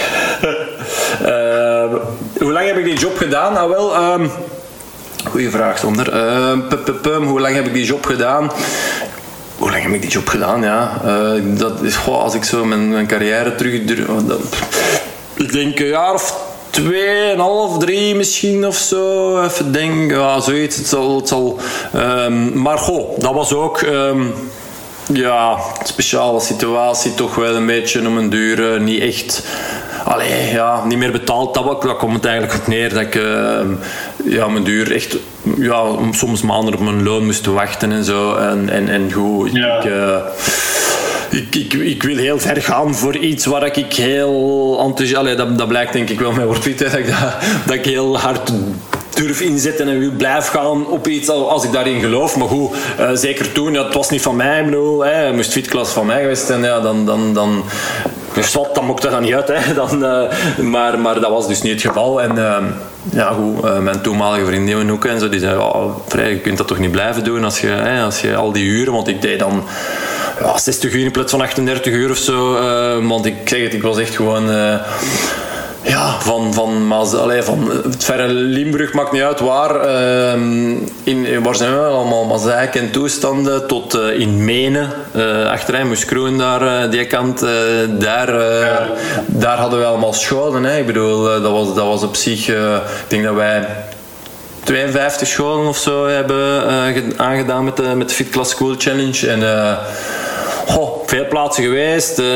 uh, hoe lang heb ik die job gedaan? Nou wel, um, goeie vraag zonder. Uh, hoe lang heb ik die job gedaan? Hoe lang heb ik die job gedaan? Ja, uh, dat is, goh, als ik zo mijn, mijn carrière terug durf, dat, ik denk een jaar of twee en half, drie misschien of zo. Even denken, ja, zoiets. Het zal, het zal, um, maar goh, dat was ook. Um, Ja, een speciale situatie, toch wel een beetje om een duur, uh, niet echt, allee, ja, niet meer betaald. Dat, dat komt het eigenlijk op neer dat ik, uh, ja, mijn duur echt, ja, soms maanden op mijn loon moest wachten en zo. En, en, en goed, ja. ik, uh, ik, ik, ik wil heel ver gaan voor iets waar ik heel enthousiast, allee, dat, dat blijkt denk ik wel met WordFit, dat ik, dat, dat ik heel hard durf inzetten en wil blijf gaan op iets als ik daarin geloof. Maar goed, uh, zeker toen, ja, het was niet van mij, ik bedoel, hè, moest fitklas van mij geweest en ja, dan, dan, dan, dus wat, dan mocht dat dan niet uit. Hè, dan, uh, maar, maar dat was dus niet het geval. En uh, ja, goed, uh, mijn toenmalige vriendin ook en zo, die zei, oh, vrij, je kunt dat toch niet blijven doen als je, hè, als je al die uren, want ik deed dan ja, zestig uur in plaats van achtendertig uur of zo, uh, want ik zeg het, ik was echt gewoon... Uh, Ja, van, van, Maas, allez, van het verre Limburg, maakt niet uit waar. Uh, in, waar zijn we? Allemaal Mazeik en toestanden. Tot uh, in Menen, uh, achterin Moeskroen, daar, uh, die kant. Uh, daar, uh, daar hadden we allemaal scholen. Hè. Ik bedoel, uh, dat, was, dat was op zich... Uh, ik denk dat wij tweeënvijftig scholen of zo hebben uh, aangedaan met de, met de Fit Class School Challenge. En uh, goh, veel plaatsen geweest. Uh,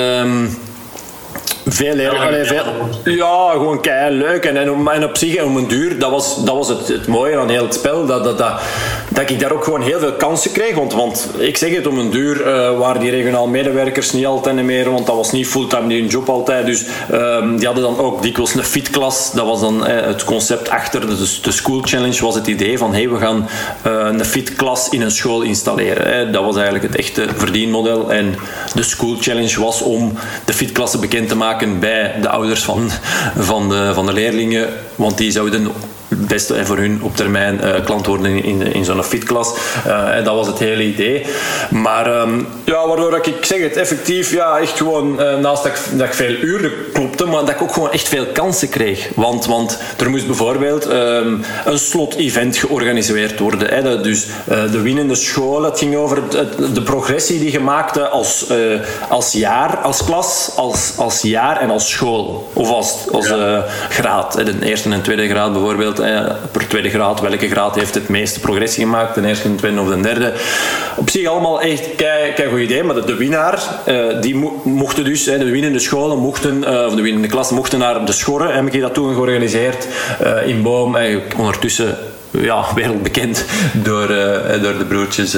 Veel leerlingen, veel, ja, gewoon kei leuk en, en, en op zich om een duur, dat was, dat was het, het mooie aan heel het spel, dat, dat, dat, dat ik daar ook gewoon heel veel kansen kreeg, want, want ik zeg het, om een duur uh, waren die regionaal medewerkers niet altijd meer, want dat was niet fulltime die hun job altijd, dus um, die hadden dan ook dikwijls een fitklas, dat was dan uh, het concept achter de, de School Challenge, was het idee van hey, we gaan uh, een fitklas in een school installeren, hè. Dat was eigenlijk het echte verdienmodel en de School Challenge was om de fitklassen bekend te maken bij de ouders van, van, de, van de leerlingen, want die zouden het beste voor hun op termijn uh, klant worden in, in zo'n fitklas. Uh, en dat was het hele idee. Maar um, ja, waardoor ik, ik zeg het effectief, ja, echt gewoon, uh, naast dat ik, dat ik veel uren klopte, maar dat ik ook gewoon echt veel kansen kreeg. Want, want er moest bijvoorbeeld um, een slot-event georganiseerd worden. Hè. Dat, dus uh, de winnende scholen, het ging over het, het, de progressie die je maakte als, uh, als jaar, als klas, als, als jaar en als school. Of als, als uh, graad. Hè. De eerste en tweede graad bijvoorbeeld. Per tweede graad, welke graad heeft het meeste progressie gemaakt, de eerste, de tweede of de derde. Op zich allemaal echt kei, kei goed idee, maar de, de winnaar, uh, die mo- mochten dus, hè, de winnende scholen mochten, uh, of de winnende klassen mochten naar de schorren, heb ik dat toen georganiseerd uh, in Boom. Uh, ondertussen ja, wereldbekend door, uh, door de broertjes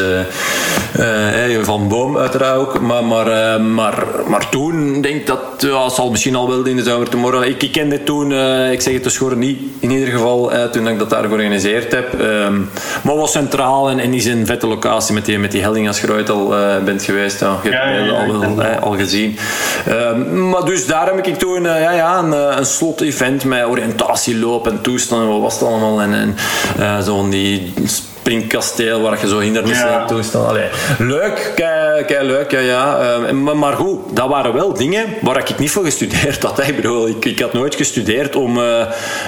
uh, uh, Van Boom uiteraard ook. Maar, maar, uh, maar, maar toen denk ik dat, ja, het zal misschien al wel in de zomer te morgen. Ik, ik kende toen, uh, ik zeg het de Schoren niet in ieder geval, uh, toen ik dat daar georganiseerd heb. Um, maar was centraal en, en is een vette locatie met die, met die helling als je ooit al uh, bent geweest. Ja, je hebt het ja, ja, al, al, uh, al gezien. Um, maar dus daar heb ik toen uh, ja, ja, een, een slot-event met oriëntatieloop en toestanden. Wat was het allemaal? En, en uh, zo'n die springkasteel waar je zo hindernissen ja. hebt toestaan. Allee, leuk, kei, kei leuk, ja, ja. Uh, maar, maar goed, dat waren wel dingen waar ik niet voor gestudeerd had. Hè. Ik bedoel, ik, ik had nooit gestudeerd om Uh,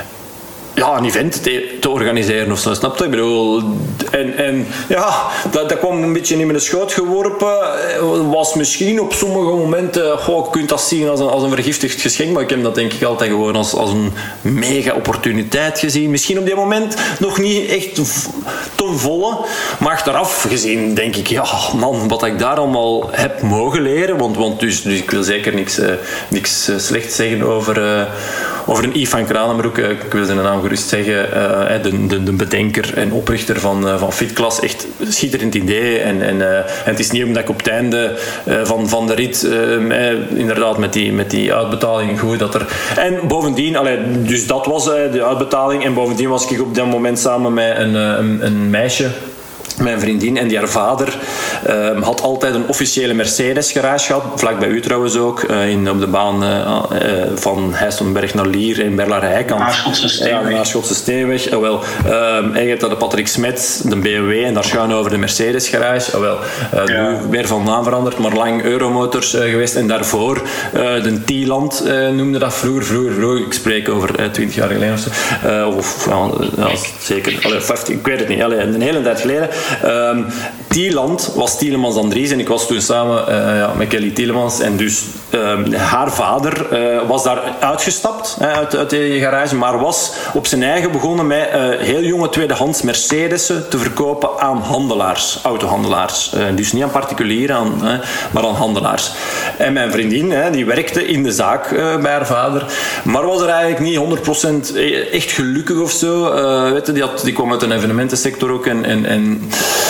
ja, een event te, te organiseren of zo, snap je? Ik bedoel, en, en ja, dat, dat kwam een beetje in mijn schoot geworpen. Was misschien op sommige momenten, goh, je kunt dat zien als een, als een vergiftigd geschenk, maar ik heb dat denk ik altijd gewoon als, als een mega opportuniteit gezien. Misschien op die moment nog niet echt ten volle, maar achteraf gezien denk ik, ja man, wat ik daar allemaal heb mogen leren, want, want dus, dus ik wil zeker niks, uh, niks uh, slechts zeggen over, uh, over een Yves van Kranenbroek. Uh, ik wil zijn naam gerust zeggen, uh, de, de, de bedenker en oprichter van, uh, van FitClass. Echt schitterend idee. En, en, uh, en het is niet omdat ik op het einde uh, van, van de rit, uh, eh, inderdaad met die, met die uitbetaling goed dat er. En bovendien, allee, dus dat was uh, de uitbetaling. En bovendien was ik op dat moment samen met een, uh, een, een meisje. Mijn vriendin en die haar vader uh, had altijd een officiële Mercedes garage gehad, vlak bij u trouwens ook, uh, in, op de baan uh, uh, van Heijsselberg naar Lier en Berlarijkant. Aarschotse Steenweg. Ja, de Aarschotse Steenweg. Oh, wel. Uh, eigenlijk had de Patrick Smet, de B M W en daar schuin over de Mercedes garage. Oh, wel. Uh, ja. Nu weer van naam veranderd, maar lang Euromotors uh, geweest. En daarvoor uh, de T-Land uh, noemde dat vroeger, vroeger, vroeger. Ik spreek over twintig uh, jaar geleden of zo. Uh, of ja, ja, zeker, allee, vijftig, ik weet het niet, allee, een hele tijd geleden. Um, Tieland was Tielemans Andries en ik was toen samen uh, ja, met Kelly Tielemans en dus um, haar vader uh, was daar uitgestapt uh, uit, uit die garage, maar was op zijn eigen begonnen met uh, heel jonge tweedehands Mercedes'en te verkopen aan handelaars, autohandelaars. Uh, dus niet aan particulieren, aan, uh, maar aan handelaars. En mijn vriendin, uh, die werkte in de zaak uh, bij haar vader, maar was er eigenlijk niet honderd procent echt gelukkig of zo. Uh, weet je, die, had, die kwam uit een evenementensector ook en, en, en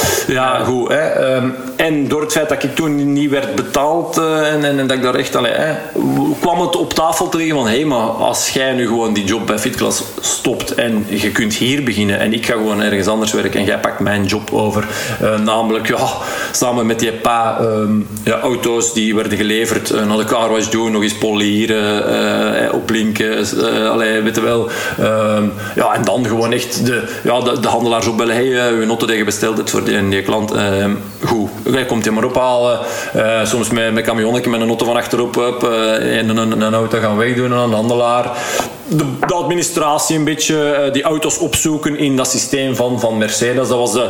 ja, goed. Hè. Um, en door het feit dat ik toen niet werd betaald uh, en, en, en dat ik daar echt allee, hè, kwam het op tafel te liggen van hé, hey, maar als jij nu gewoon die job bij FitClass stopt en je kunt hier beginnen en ik ga gewoon ergens anders werken en jij pakt mijn job over, uh, namelijk ja, samen met die pa um, ja, auto's die werden geleverd uh, naar de carwash doen, nog eens polieren, uh, oplinken, uh, allee, weet je wel. Um, ja, en dan gewoon echt de, ja, de, de handelaars opbellen, hé, hey, uw auto die je besteld hebt voor die, die klant, uh, goed, jij komt die maar ophalen, uh, soms met een camionnetje met een auto van achterop op, uh, en een, een auto gaan wegdoen aan een handelaar. De, de administratie een beetje, uh, die auto's opzoeken in dat systeem van, van Mercedes. Dat was uh,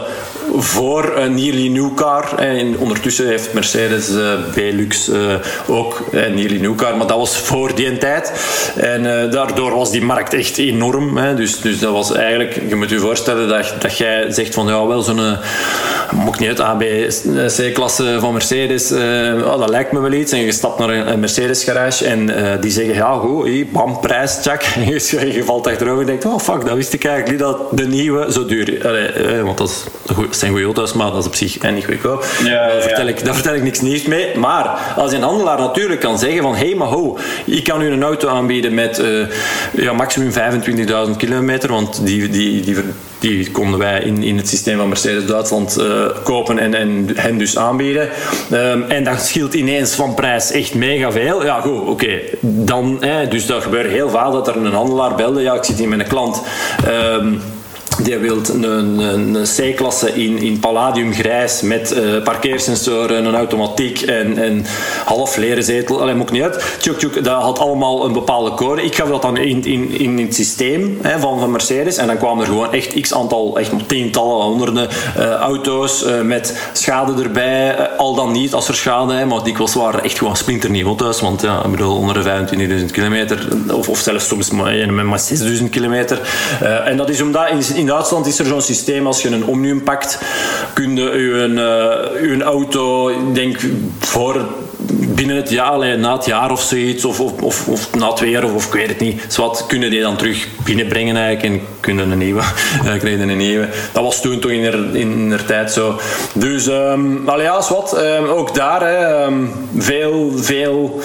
voor uh, Nearly New Car. En ondertussen heeft Mercedes uh, Belux uh, ook uh, Nearly New Car, maar dat was voor die tijd. En uh, daardoor was die markt echt enorm. Hè. Dus, dus dat was eigenlijk, je moet je voorstellen dat, dat jij zegt van ja, wel zo'n uh, moet ik niet uit A, B, C-klasse van Mercedes, uh, oh, dat lijkt me wel iets. En je stapt naar een, een Mercedes garage en uh, die zeggen ja, goed, hey, bam, prijs, tjak. En je valt achterover en denkt, oh fuck, dat wist ik eigenlijk niet dat de nieuwe zo duur is. Allee, eh, want dat, is, dat zijn goede auto's, maar dat is op zich en niet goedkoop. Ja, ja, daar, vertel ik, daar vertel ik niks nieuws mee. Maar als een handelaar natuurlijk kan zeggen van, hé, hey, maar ho, ik kan u een auto aanbieden met uh, ja, maximum vijfentwintigduizend kilometer, want die, die, die, die konden wij in, in het systeem van Mercedes Duitsland uh, kopen en, en hen dus aanbieden. Um, en dat scheelt ineens van prijs echt mega veel. Ja, goed, oké. Okay. Dan, eh, dus dat gebeurt heel vaak dat er een handelaar belde. Ja, ik zit hier met een klant. Um, Die wil een, een, een C-klasse in, in palladium grijs met uh, parkeersensoren, een automatiek en, en half leren zetel. Allee, maakt niet uit. Tjuk, tjuk, dat had allemaal een bepaalde code. Ik gaf dat dan in, in, in het systeem hè, van, van Mercedes en dan kwamen er gewoon echt x aantal, echt tientallen, honderden uh, auto's uh, met schade erbij. Uh, al dan niet als er schade, hè, maar dikwijls waren echt gewoon splinternieuwe auto's. Want ja, ik bedoel, onder de vijfentwintigduizend kilometer of, of zelfs soms maar, met maar zesduizend kilometer. Uh, en dat is omdat in, in Duitsland is er zo'n systeem, als je een Omnium pakt, kun je je uh, auto, ik denk voor binnen het jaar, allee, na het jaar of zoiets, of, of, of, of na twee jaar, of, of ik weet het niet, zwart, kunnen die dan terug binnenbrengen eigenlijk en kunnen een nieuwe, uh, kregen een nieuwe. Dat was toen toch in der, in der tijd zo. Dus, um, allee, ja, zwart, um, ook daar, hè, um, veel, veel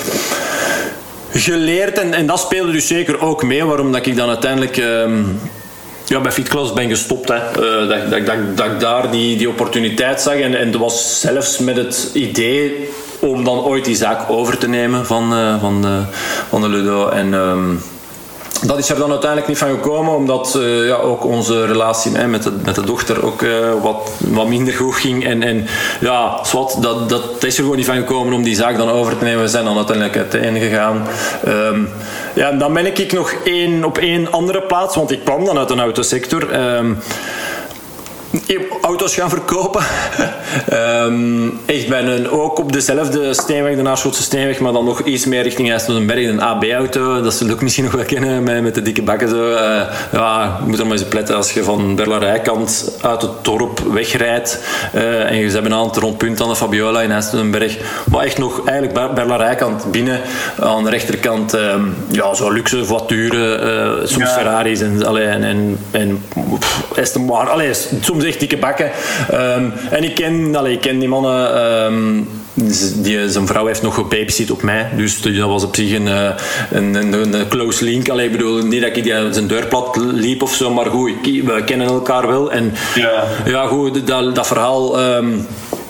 geleerd en, en dat speelde dus zeker ook mee, waarom dat ik dan uiteindelijk um, ja, bij Fitclass ben gestopt. Hè. Uh, dat, dat, dat, dat ik daar die, die opportuniteit zag en, en dat was zelfs met het idee om dan ooit die zaak over te nemen van, uh, van, de, van de Ludo. En um, dat is er dan uiteindelijk niet van gekomen, omdat uh, ja, ook onze relatie hè, met, de, met de dochter ook uh, wat, wat minder goed ging. En, en ja, zwart, dat, dat is er gewoon niet van gekomen om die zaak dan over te nemen. We zijn dan uiteindelijk uiteen gegaan. Um, ja, dan ben ik nog één, op één andere plaats, want ik kwam dan uit een autosector. Um, auto's gaan verkopen. um, echt bij een, ook op dezelfde steenweg, de Naarschotse steenweg, maar dan nog iets meer richting IJsseldenberg, een A B-auto. Dat zul je ook misschien nog wel kennen, met, met de dikke bakken zo. Uh, ja, je moet er maar eens pletten als je van Berlarijkant uit het dorp wegrijdt uh, en je hebt een aantal rondpunt aan de Fabiola in IJsseldenberg, maar echt nog eigenlijk Berlarijkant binnen, aan de rechterkant um, ja, zo luxe voituren, uh, soms ja. Ferraris en, allee, en, en, en pff, Aston Martin, allee, soms echt dikke bakken. Um, en ik ken, allee, ik ken die mannen. Um, die, zijn vrouw heeft nog gebabysit op mij. Dus dat was op zich een, een, een, een close link. Allee, ik bedoel, niet dat ik die, zijn deur plat liep of zo, maar goed, we kennen elkaar wel. En ja, ja goed, dat, dat verhaal. Um,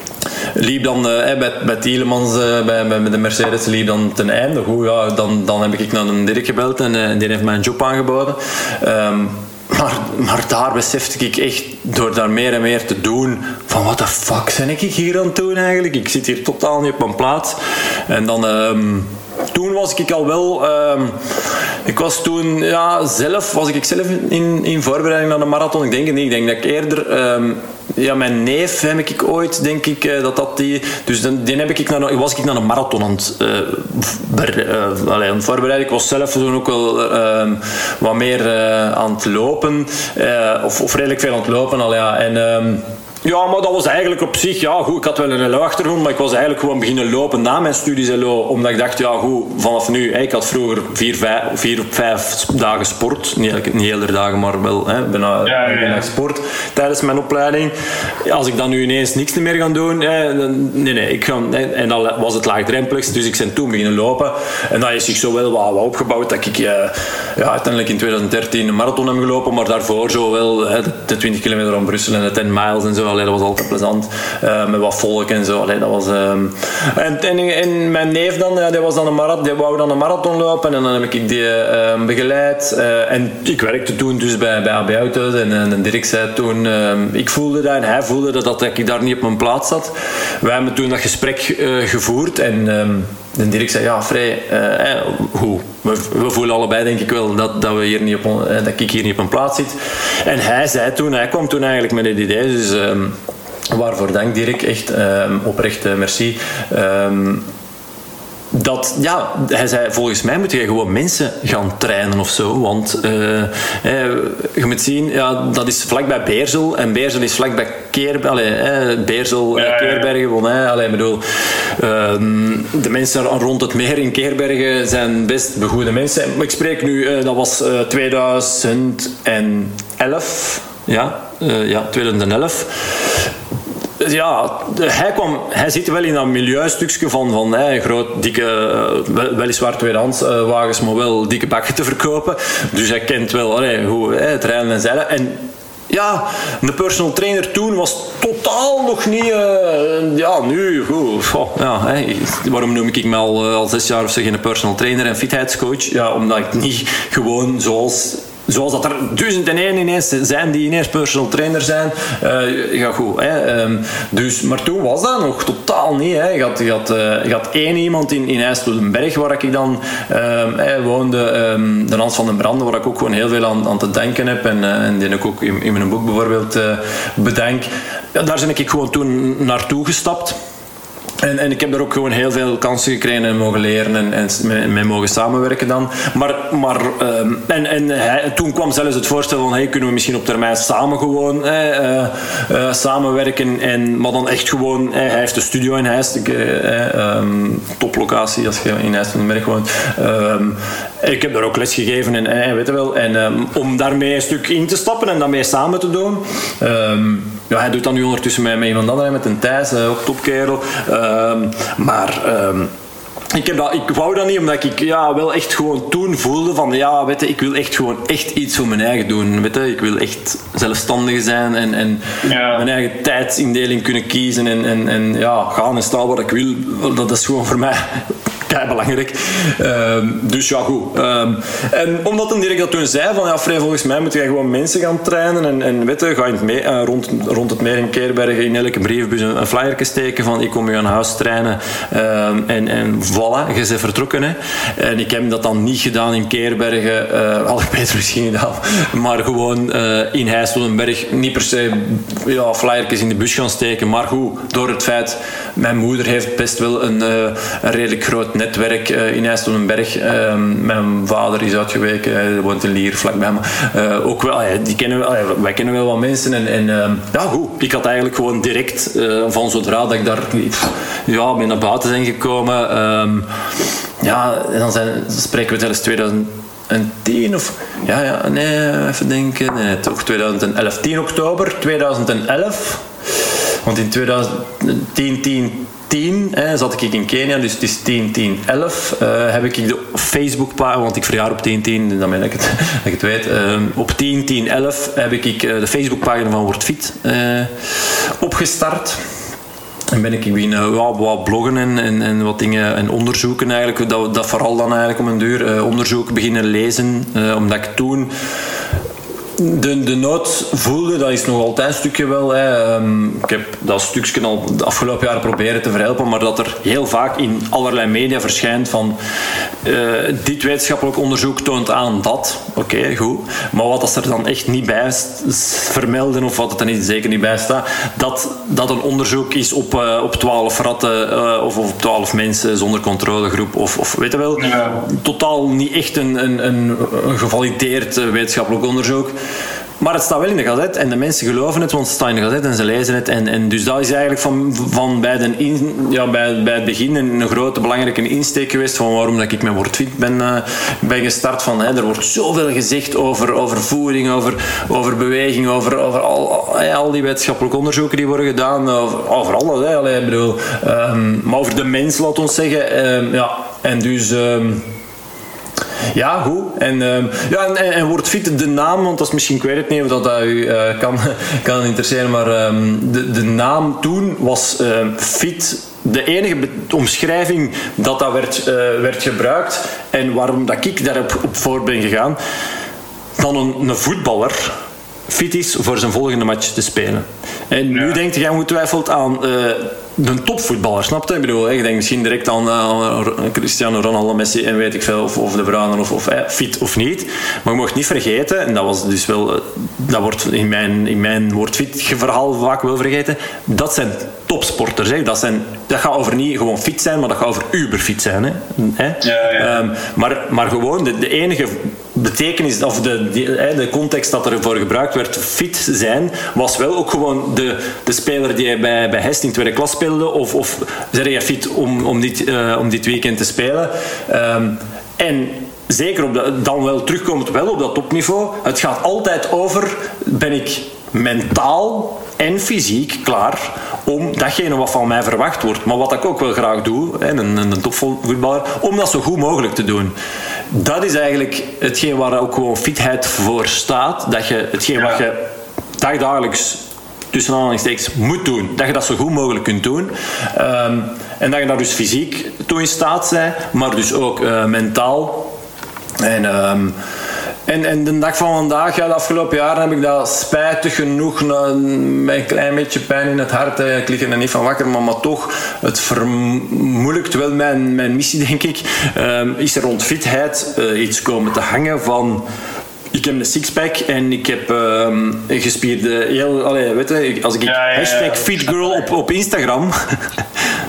liep dan uh, bij, bij Tielemans, uh, bij, bij de Mercedes, liep dan ten einde. Goed, ja, dan, dan heb ik naar een Dirk gebeld en uh, die heeft mij een job aangeboden. Um, Maar, maar daar besefte ik echt, door daar meer en meer te doen, van what the fuck ben ik hier aan het doen eigenlijk? Ik zit hier totaal niet op mijn plaats. En dan... Um, toen was ik al wel... Um, ik was toen... Ja, zelf... Was ik zelf in, in voorbereiding naar de marathon? Ik denk het niet. Ik denk dat ik eerder... Um, ja, mijn neef heb ik ooit, denk ik, uh, dat dat die... Dus dan, die heb ik naar, was ik naar een marathon aan het, uh, ber, uh, allee, aan het voorbereiden. Ik was zelf toen ook wel uh, wat meer uh, aan het lopen. Uh, of, of redelijk veel aan het lopen al, ja. En... Um, Ja, maar dat was eigenlijk op zich, ja goed, ik had wel een L O-achtergrond, maar ik was eigenlijk gewoon beginnen lopen na mijn studies L O, omdat ik dacht, ja goed, vanaf nu, ik had vroeger vier, vijf, vier op vijf dagen sport, niet, niet hele dagen, maar wel, hè, bijna, ja, ja, ja. sport tijdens mijn opleiding. Als ik dan nu ineens niks meer ga doen, hè, nee, nee, ik ga, hè, en dan was het laagdrempelig, dus ik ben toen beginnen lopen, en dat is zich zo wel wat, wat opgebouwd, dat ik ja, ja, uiteindelijk in twintig dertien een marathon heb gelopen, maar daarvoor zo wel hè, de twintig kilometer om Brussel en de tien miles en zo. Allee, dat was altijd plezant, uh, met wat volk en zo. Allee, dat was, um... en, en, en mijn neef dan, ja, die, was dan een marathon, die wou dan een marathon lopen en dan heb ik die uh, begeleid. Uh, en ik werkte toen dus bij, bij A B Auto's en, en Dirk zei toen, uh, ik voelde dat en hij voelde dat, dat ik daar niet op mijn plaats zat. Wij hebben toen dat gesprek uh, gevoerd en um, de Dirk zei, ja Frey, uh, eh, hoe? We, we voelen allebei denk ik wel dat, dat, we hier niet op, eh, dat ik hier niet op mijn plaats zit. En hij zei toen, hij kwam toen eigenlijk met het idee, dus um, waarvoor dank Dirk, echt um, oprecht uh, merci. Um, dat, ja, hij zei, volgens mij moet je gewoon mensen gaan trainen of zo, want uh, hey, je moet zien, ja, dat is vlakbij Beersel en Beersel is vlakbij Keer, allee, hey, Beersel, ja, Keerbergen, want, hey, allee, bedoel, uh, de mensen rond het meer in Keerbergen zijn best begoede mensen. Ik spreek nu, uh, dat was uh, twintig elf, ja, uh, ja, twintig elf. Ja, hij, kwam, hij zit wel in dat milieustukje van, van hè, groot, dikke, wel, weliswaar tweedehands uh, wagens, maar wel dikke bakken te verkopen. Dus hij kent wel allee, hoe hè, het rijden en zeilen. En ja, de personal trainer toen was totaal nog niet... Uh, ja, nu, goed. Oh, ja, hè, waarom noem ik me al, uh, al zes jaar of zo geen personal trainer en fitheidscoach? Ja, omdat ik niet gewoon zoals... Zoals dat er duizend en één ineens zijn die ineens personal trainer zijn. Uh, ja, goed. Hè. Um, dus, maar toen was dat nog totaal niet. Hè. Je, had, je, had, uh, je had één iemand in, in IJsseldenberg waar ik dan um, hey, woonde. Um, de Hans van den Branden, waar ik ook gewoon heel veel aan, aan te denken heb. En, uh, en die ik ook in, in mijn boek bijvoorbeeld uh, bedenk. Ja, daar ben ik gewoon toen naartoe gestapt. En, en ik heb daar ook gewoon heel veel kansen gekregen en mogen leren en, en mee, mee mogen samenwerken dan. Maar, maar um, en, en hij, toen kwam zelfs het voorstel van hey, kunnen we misschien op termijn samen gewoon eh, uh, uh, samenwerken. En, maar dan echt gewoon, eh, hij heeft een studio in Heist, eh, um, toplocatie als je in Heist van den Berg woont. Um, ik heb daar ook les gegeven en eh, weet je wel. En um, om daarmee een stuk in te stappen en daarmee samen te doen. Um, ja, hij doet dat nu ondertussen met, met iemand anders, met een Thijs, uh, ook topkerel. Um, maar um, ik, heb dat, ik wou dat niet, omdat ik ja, wel echt gewoon toen voelde van ja, weet je, ik wil echt gewoon echt iets voor mijn eigen doen. Weet je, ik wil echt zelfstandig zijn en, en ja. mijn eigen tijdsindeling kunnen kiezen en, en, en ja, gaan en staan wat ik wil. Dat is gewoon voor mij kei belangrijk. Um, dus ja, goed. Um, en omdat dan direct dat toen zei van ja, Frey, volgens mij moet je gewoon mensen gaan trainen en, en weet je, ga in het mee, uh, rond, rond het meer in Keerbergen in elke brievenbus een, een flyer steken van ik kom je aan huis trainen um, en, en voilà, je bent vertrokken. Hè. En ik heb dat dan niet gedaan in Keerbergen, uh, had ik beter misschien gedaan, maar gewoon uh, in Heist-Willenberg niet per se ja, flyertjes in de bus gaan steken, maar goed, door het feit, mijn moeder heeft best wel een, uh, een redelijk groot netwerk uh, in IJsselberg. Uh, mijn vader is uitgeweken, hij woont in Lier, vlakbij me. Uh, ook wel, uh, die kennen wel, uh, wij kennen wel wat mensen. En, en uh, ja, goed. Ik had eigenlijk gewoon direct, uh, van zodra dat ik daar ja, ben naar buiten zijn gekomen. Um, ja, en dan zijn, spreken we zelfs tweeduizend tien of... Ja, ja, nee, even denken. Nee, toch twintig elf. tien oktober tweeduizend elf. Want in tweeduizend tien, tien, tien hè, zat ik in Kenia, dus het is tien, tien, elf. Uh, heb ik de Facebookpagina, want ik verjaar op tien, tien, dan ben ik het, dat ik het weet. Uh, op tien, tien, elf heb ik uh, de Facebookpagina van Word Fit uh, opgestart. En ben ik beginnen ja, wat bloggen en, en, en wat dingen en onderzoeken eigenlijk. Dat, dat vooral dan eigenlijk om een duur uh, onderzoek beginnen lezen. Uh, omdat ik toen de, de nood voelde, dat is nog altijd een stukje wel. Hè. Um, ik heb dat stukje al de afgelopen jaren proberen te verhelpen, maar dat er heel vaak in allerlei media verschijnt van uh, dit wetenschappelijk onderzoek toont aan dat. Oké, okay, goed. Maar wat als er dan echt niet bij vermelden, of wat het er niet, zeker niet bij staat, dat dat een onderzoek is op, uh, op twaalf ratten uh, of, of op twaalf mensen zonder controlegroep, of, of weet je wel, ja. Totaal niet echt een, een, een, een gevalideerd uh, wetenschappelijk onderzoek. Maar het staat wel in de gazet en de mensen geloven het, want het staat in de gazet en ze lezen het. En, en dus dat is eigenlijk van, van bij, de in, ja, bij, bij het begin een, een grote belangrijke insteek geweest van waarom dat ik met Word Fit ben, uh, ben gestart. Van, hè, er wordt zoveel gezegd over, over voeding, over, over beweging, over, over al, al, al die wetenschappelijke onderzoeken die worden gedaan. Over, over alles, hè, allee, ik bedoel, um, maar over de mens, laat ons zeggen. Um, ja, en dus... Um, Ja, goed. En, uh, ja, en, en Word Fit, de naam, want dat is misschien, ik weet het niet of dat, dat u uh, kan, kan interesseren, maar um, de, de naam toen was uh, Fit. De enige be- omschrijving dat dat werd, uh, werd gebruikt en waarom dat ik daarop op voor ben gegaan, dan een, een voetballer fit is voor zijn volgende match te spelen. En nu ja. denkt jij ongetwijfeld aan uh, een topvoetballer, snap je? Ik bedoel, je denkt misschien direct aan uh, Cristiano Ronaldo, Messi en weet ik veel, of, of De Bruyne, of, of eh, fit of niet. Maar je mocht niet vergeten, en dat was dus wel, uh, dat wordt in mijn, in mijn Word Fit verhaal vaak wel vergeten, dat zijn topsporters. Hè. Dat, zijn, dat gaat over niet gewoon fit zijn, maar dat gaat over uberfit zijn. Hè. Hè? Ja, ja. Um, maar, maar gewoon de, de enige betekenis, of de, de, de context dat ervoor gebruikt werd, fit zijn, was wel ook gewoon de, de speler die bij, bij Hest in tweede klas speelde, of, of zeg je fit om, om, dit, uh, om dit weekend te spelen. Um, en zeker op de, dan wel terugkomend wel op dat topniveau, het gaat altijd over, ben ik mentaal en fysiek klaar om datgene wat van mij verwacht wordt, maar wat ik ook wel graag doe, een, een topvoetballer, om dat zo goed mogelijk te doen. Dat is eigenlijk hetgeen waar ook gewoon fitheid voor staat, dat je hetgeen wat je dagdagelijks tussen aanhalingstekens moet doen, dat je dat zo goed mogelijk kunt doen. Um, en dat je daar dus fysiek toe in staat bent, maar dus ook uh, mentaal. En... Um, En, en de dag van vandaag, ja, de afgelopen jaren heb ik dat spijtig genoeg, met een klein beetje pijn in het hart, ik lig er niet van wakker, maar, maar toch, het vermoeilijkt wel mijn, mijn missie, denk ik. Um, is er rond fitheid uh, iets komen te hangen van... Ik heb een sixpack en ik heb um, gespierde... Heel, allee, weet je, als ik ja, ja, ja. hashtag fitgirl op, op Instagram...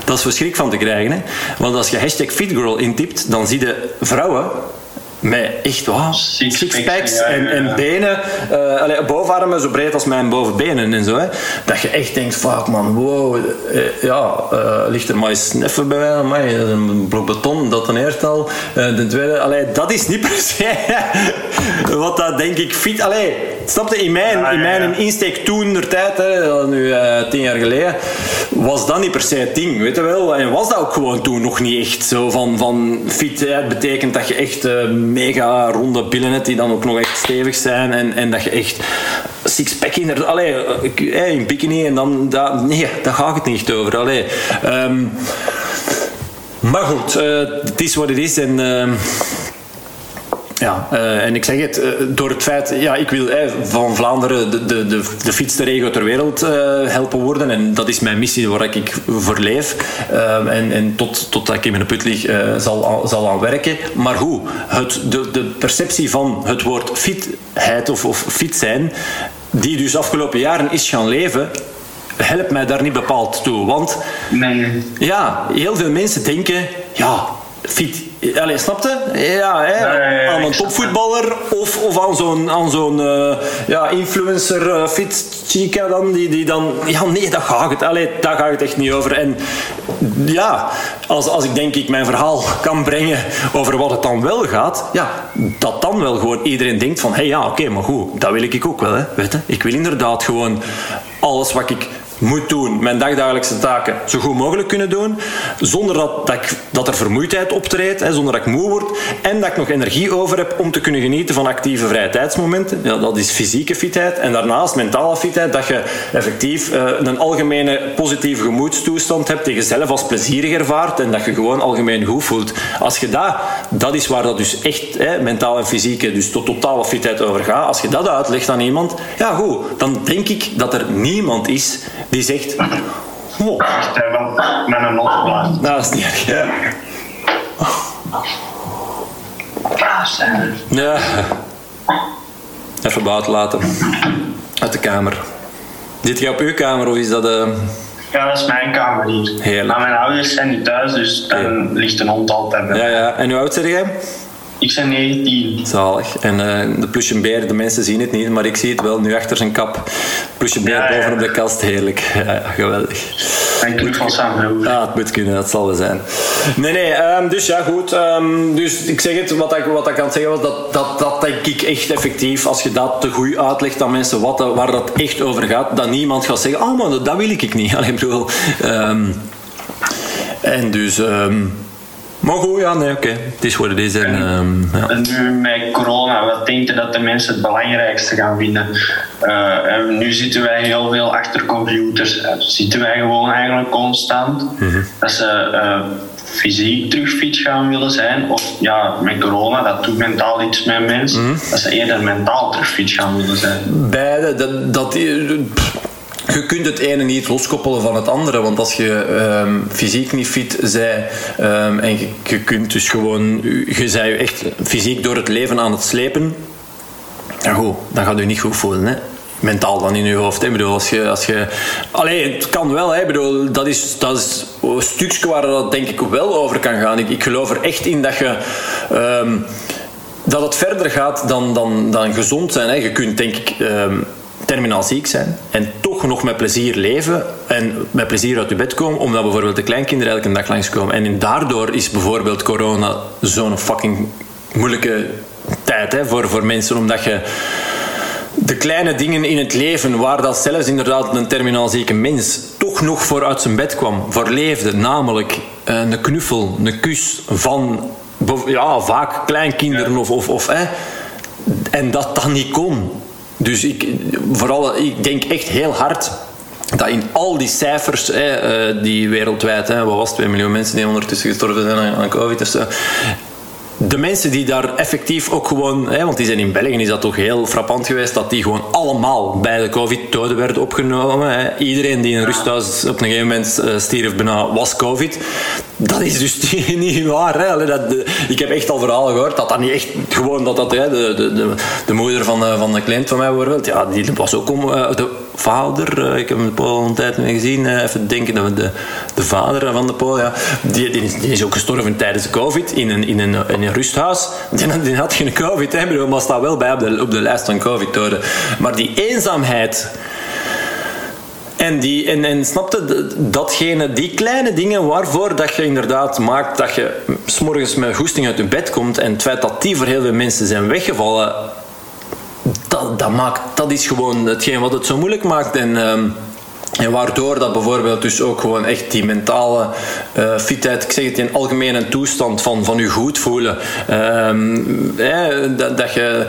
dat is verschrik van te krijgen. Hè? Want als je hashtag fitgirl intypt, dan zie je vrouwen met echt wow, sixpacks ja, en, ja, ja. en benen, uh, allee, bovenarmen zo breed als mijn bovenbenen en zo. Hè. Dat je echt denkt, fuck man, wow, uh, ja, uh, ligt er maar eens even bij mij, amai, een blok beton, dat ten eerste al. Uh, ten tweede, allee, dat is niet per se wat dat denk ik fit, allee, snap je, in mijn, ja, in mijn ja, ja. insteek toen der tijd, hè, nu uh, tien jaar geleden, was dat niet per se het ding, weet je wel. En was dat ook gewoon toen nog niet echt zo van, van fit, hè, betekent dat je echt uh, mega ronde billen hebt die dan ook nog echt stevig zijn en, en dat je echt sixpack in er, allee, in bikini en dan, dat, nee, daar gaat het niet over. Allee. Um, maar goed, uh, het is wat het is en uh, ja, uh, en ik zeg het, uh, door het feit, ja, ik wil uh, van Vlaanderen de, de, de, de fitste regio ter wereld uh, helpen worden en dat is mijn missie waar ik voor leef uh, en, en tot, totdat ik in mijn put lig uh, zal, zal aan werken. Maar hoe? Het, de, de perceptie van het woord fitheid of, of fit zijn, die dus afgelopen jaren is gaan leven, helpt mij daar niet bepaald toe. Want Nee. ja, heel veel mensen denken, ja, fit. Allee, snap je? Ja, hè? Ja, ja, ja, aan een topvoetballer of, of aan zo'n, aan zo'n uh, ja, influencer uh, fit chica dan, die, die dan... Ja, nee, daar gaat het. Allee, daar gaat het echt niet over. En ja, als, als ik denk ik mijn verhaal kan brengen over wat het dan wel gaat, ja, dat dan wel gewoon iedereen denkt van, hé, hey, ja, oké, okay, maar goed, dat wil ik ook wel, hè. Weet je? Ik wil inderdaad gewoon alles wat ik moet doen, mijn dagdagelijkse taken zo goed mogelijk kunnen doen, zonder dat, dat, ik, dat er vermoeidheid optreedt, hè, zonder dat ik moe word en dat ik nog energie over heb om te kunnen genieten van actieve vrije tijdsmomenten. Ja, dat is fysieke fitheid. En daarnaast mentale fitheid, dat je effectief uh, een algemene positieve gemoedstoestand hebt die je zelf als plezierig ervaart en dat je gewoon algemeen goed voelt. Als je dat, dat is waar dat dus echt hè, mentaal en fysieke, dus tot totale fitheid over gaat. Als je dat uitlegt aan iemand, ja goed, dan denk ik dat er niemand is die zegt, oh. Stefan, met een notblaad. Nou, dat is niet erg. Ja. Ja. Even buiten laten. Uit de kamer. Zit je op uw kamer of is dat... Uh... Ja, dat is mijn kamer hier. Heerlijk. Maar mijn ouders zijn niet thuis, dus dan Ja. ligt een hond altijd bij Ja, mij. ja. En hoe oud ben jij? Ik ben negentien. Zalig. En uh, de plusje beer, de mensen zien het niet, maar ik zie het wel nu achter zijn kap. Plusje beer Ja, ja. boven op de kast, heerlijk. Ja, geweldig. Mijn knuffels zijn vroeger. Ja, het moet kunnen, dat zal wel zijn. Nee, nee, um, dus ja, goed. Um, dus ik zeg het, wat ik, wat ik aan het zeggen was, dat, dat, dat denk ik echt effectief, als je dat te goed uitlegt aan mensen wat, waar dat echt over gaat, dat niemand gaat zeggen, oh man, dat wil ik niet. Allee, ik bedoel... Um, en dus... Um, maar goed, ja, nee, oké. Okay. Het is wat het is. En, um, ja. En nu met corona, wat denk je dat de mensen het belangrijkste gaan vinden? Uh, en nu zitten wij heel veel achter computers. Uh, zitten wij gewoon eigenlijk constant. Mm-hmm. Dat ze uh, fysiek terug fit gaan willen zijn. Of ja, met corona, dat doet mentaal iets met mensen. Mm-hmm. Dat ze eerder mentaal terug fit gaan willen zijn. Beide, dat... dat je kunt het ene niet loskoppelen van het andere, want als je um, fysiek niet fit bent um, en je, je kunt dus gewoon, je bent je echt fysiek door het leven aan het slepen, ja goed, dan gaat je niet goed voelen, hè. Mentaal dan in je hoofd. Hè. Ik bedoel, als je, als je... Allee, het kan wel. Hè. Ik bedoel, dat, is, dat is een stukje waar dat denk ik wel over kan gaan. Ik, ik geloof er echt in dat je... Um, dat het verder gaat dan, dan, dan gezond zijn. Hè. Je kunt denk ik... Um, terminaal ziek zijn en toch nog met plezier leven en met plezier uit je bed komen, omdat bijvoorbeeld de kleinkinderen elke dag langskomen. En daardoor is bijvoorbeeld corona zo'n fucking moeilijke tijd hè, voor, voor mensen, omdat je de kleine dingen in het leven, waar dat zelfs inderdaad een terminaal zieke mens toch nog voor uit zijn bed kwam, voor leefde, namelijk een knuffel, een kus van ja, vaak kleinkinderen ja. of, of, of hè, en dat dat niet kon. Dus ik, vooral, ik denk echt heel hard dat in al die cijfers hè, die wereldwijd, hè, wat was het, twee miljoen mensen die ondertussen gestorven zijn aan, aan COVID of zo, de mensen die daar effectief ook gewoon, hè, want die zijn in België, is dat toch heel frappant geweest dat die gewoon allemaal bij de COVID-doden werden opgenomen. Hè. Iedereen die in een rusthuis op een gegeven moment uh, stierf bijna was COVID. Dat is dus niet waar. Hè. Dat, de, ik heb echt al verhalen gehoord dat dat niet echt gewoon dat dat hè, de, de, de, de moeder van, uh, van de cliënt van mij bijvoorbeeld, ja, die was ook om, uh, de, vader, uh, ik heb hem de Pool een tijd mee gezien, uh, even denken dat we de, de vader van de Pool, ja, die, die, is, die is ook gestorven tijdens de COVID in een, in een, in een rusthuis. Die, die had geen COVID, hè, bedoel, maar staat wel bij op de, op de lijst van COVID-doden. Maar die eenzaamheid... En, die, en, en snapte, datgene, die kleine dingen waarvoor dat je inderdaad maakt dat je 's morgens met goesting uit je bed komt en het feit dat die voor heel veel mensen zijn weggevallen, dat, dat, maakt, dat is gewoon hetgeen wat het zo moeilijk maakt. En, um, en waardoor dat bijvoorbeeld dus ook gewoon echt die mentale uh, fitheid, ik zeg het in algemene toestand van, van je goed voelen, um, ja, dat, dat je...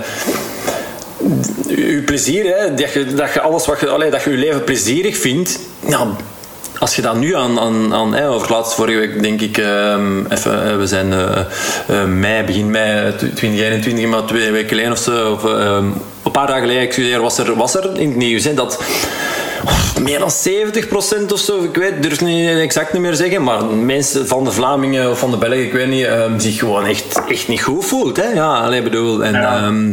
je plezier, hè, dat, je, dat je alles wat je, allee, dat je je leven plezierig vindt, ja, als je dat nu aan, aan, aan hè, over laatst vorige week denk ik, um, even, we zijn uh, uh, mei, begin mei twintig eenentwintig, maar twee weken geleden of zo, of, um, een paar dagen geleden, excuseer, was er, was er in het nieuws hè, dat oh, meer dan zeventig procent of zo, ik weet, durf niet exact niet meer zeggen, maar mensen van de Vlamingen of van de Belgen, ik weet niet, um, zich gewoon echt, echt niet goed voelt. Hè? Ja, allee, bedoel, en... Ja. Um,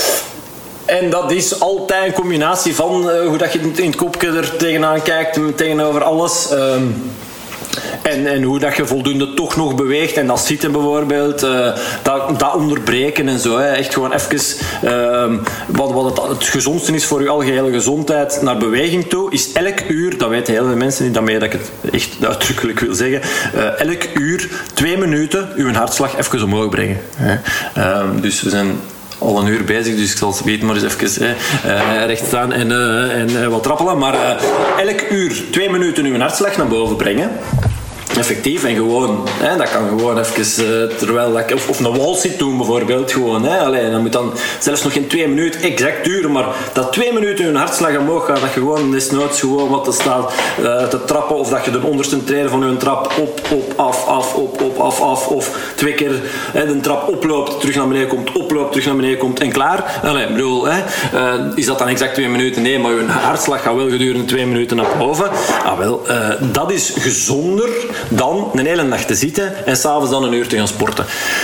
En dat is altijd een combinatie van uh, hoe dat je in het kopje er tegenaan kijkt, tegenover alles. Um, en, en hoe dat je voldoende toch nog beweegt. En dat zitten bijvoorbeeld, uh, dat, dat onderbreken en zo. Hè. Echt gewoon even, um, wat, wat het, het gezondste is voor je algehele gezondheid naar beweging toe, is elk uur, dat weten heel veel mensen niet, daarmee dat ik het echt uitdrukkelijk wil zeggen, uh, elk uur, twee minuten, uw hartslag even omhoog brengen. Hè. Um, dus we zijn... al een uur bezig, dus ik zal het weten maar eens even eh, recht staan en, uh, en uh, wat trappelen. Maar uh, elk uur twee minuten uw hartslag naar boven brengen. Effectief en gewoon, hè, dat kan gewoon even, uh, terwijl dat, of, of een wall sit doen bijvoorbeeld, gewoon, hè, allee, dat moet dan zelfs nog geen twee minuten exact duren, maar dat twee minuten hun hartslag omhoog gaat, dat je gewoon desnoods gewoon wat te staan uh, te trappen, of dat je de onderste treden van je trap op, op, af, af, op, op, af, af, of twee keer hè, de trap oploopt, terug naar beneden komt, oploopt, terug naar beneden komt en klaar. Allee, ik bedoel, hè, uh, is dat dan exact twee minuten? Nee, maar je hartslag gaat wel gedurende twee minuten naar boven. Ah wel, uh, dat is gezonder dan een hele nacht te zitten en s'avonds dan een uur te gaan sporten.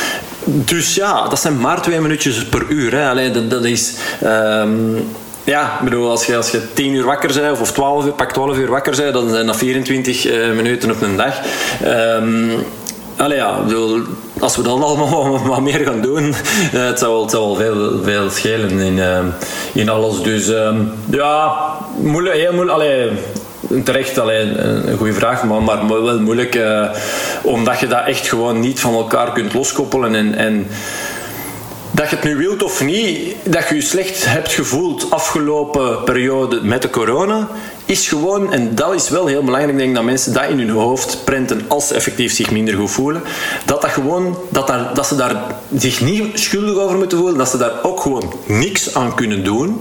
Dus ja, dat zijn maar twee minuutjes per uur. Hè. Allee, dat, dat is... Um, ja, ik bedoel, als je, als je tien uur wakker bent, of, of twaalf uur, pak twaalf uur wakker bent, dan zijn dat vierentwintig uh, minuten op een dag. Um, Allee, ja, bedoel, als we dat allemaal wat meer gaan doen, uh, het zou wel, het zou wel veel, veel schelen in, uh, in alles. Dus um, ja, moeilijk, heel moeilijk. Allee, terecht, allee, een goede vraag, maar, maar wel moeilijk, uh, omdat je dat echt gewoon niet van elkaar kunt loskoppelen. En, en dat je het nu wilt of niet, dat je je slecht hebt gevoeld afgelopen periode met de corona, is gewoon, en dat is wel heel belangrijk, denk ik, dat mensen dat in hun hoofd prenten als ze effectief zich minder goed voelen, dat, dat, gewoon, dat, daar, dat ze daar zich niet schuldig over moeten voelen, dat ze daar ook gewoon niks aan kunnen doen.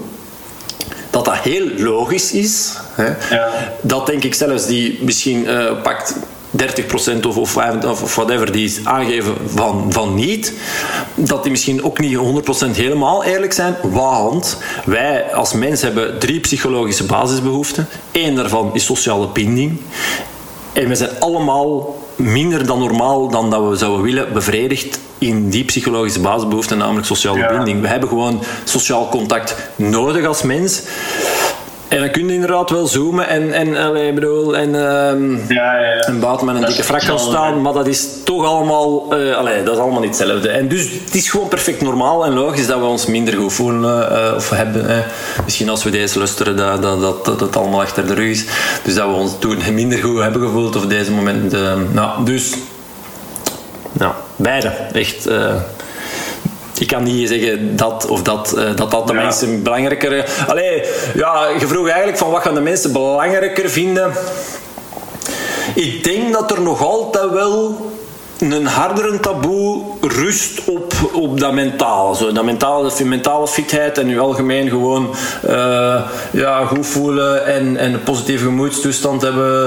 Dat dat heel logisch is. Hè? Ja. Dat denk ik zelfs die misschien uh, pakt dertig procent of, of, of whatever die is aangeven van, van niet. Dat die misschien ook niet honderd procent helemaal eerlijk zijn. Want wij als mens hebben drie psychologische basisbehoeften. Eén daarvan is sociale binding. En we zijn allemaal minder dan normaal dan dat we zouden willen bevredigd in die psychologische basisbehoeften, namelijk sociale ja. binding. We hebben gewoon sociaal contact nodig als mens. En dan kun je inderdaad wel zoomen en, en, allee, bedoel, en, um, ja, ja, ja. en buiten met een dat dikke frak gaan staan, maar dat is toch allemaal, uh, allee, dat is allemaal niet hetzelfde. En dus het is gewoon perfect normaal en logisch dat we ons minder goed voelen uh, of hebben. Uh, misschien als we deze luisteren, dat, dat, dat, dat het allemaal achter de rug is. Dus dat we ons toen minder goed hebben gevoeld of deze moment. Uh, nou, dus, nou, beide, echt... Uh, Ik kan niet zeggen dat of dat, uh, dat, dat de ja. mensen belangrijker... Allee, ja, je vroeg eigenlijk van wat gaan de mensen belangrijker vinden. Ik denk dat er nog altijd wel een hardere taboe rust op, op dat mentaal. Zo, dat mentale, de mentale fitheid en je algemeen gewoon uh, ja, goed voelen en, en een positieve gemoedstoestand hebben...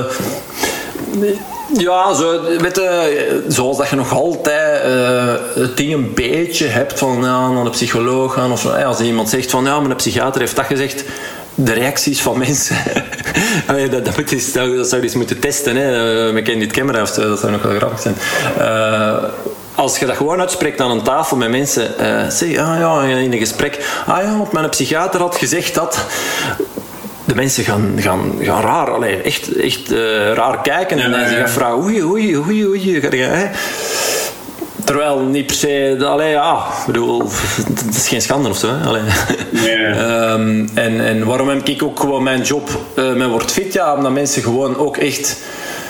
Ja, zo, weet je, zoals dat je nog altijd uh, het ding een beetje hebt van ja, naar de psycholoog gaan. Of ja, als iemand zegt van ja, mijn psychiater heeft dat gezegd. De reacties van mensen. Allee, dat, dat, moet eens, dat, dat zou je eens moeten testen. Hè. Met Candid Camera, dat zou nog wel grappig zijn. Uh, Als je dat gewoon uitspreekt aan een tafel met mensen. Uh, zeg, ah, ja, in een gesprek. Ah ja, want mijn psychiater had gezegd dat... de mensen gaan, gaan, gaan raar, allee, echt, echt uh, raar kijken en dan zich afvragen, oei, oei, oei, oei, ga je, hè? Terwijl niet per se, allee, ja, ik bedoel, het is geen schande of zo. Hè? Allee. Nee. um, en, en waarom heb ik ook gewoon mijn job, uh, mijn Word Fit, ja, omdat mensen gewoon ook echt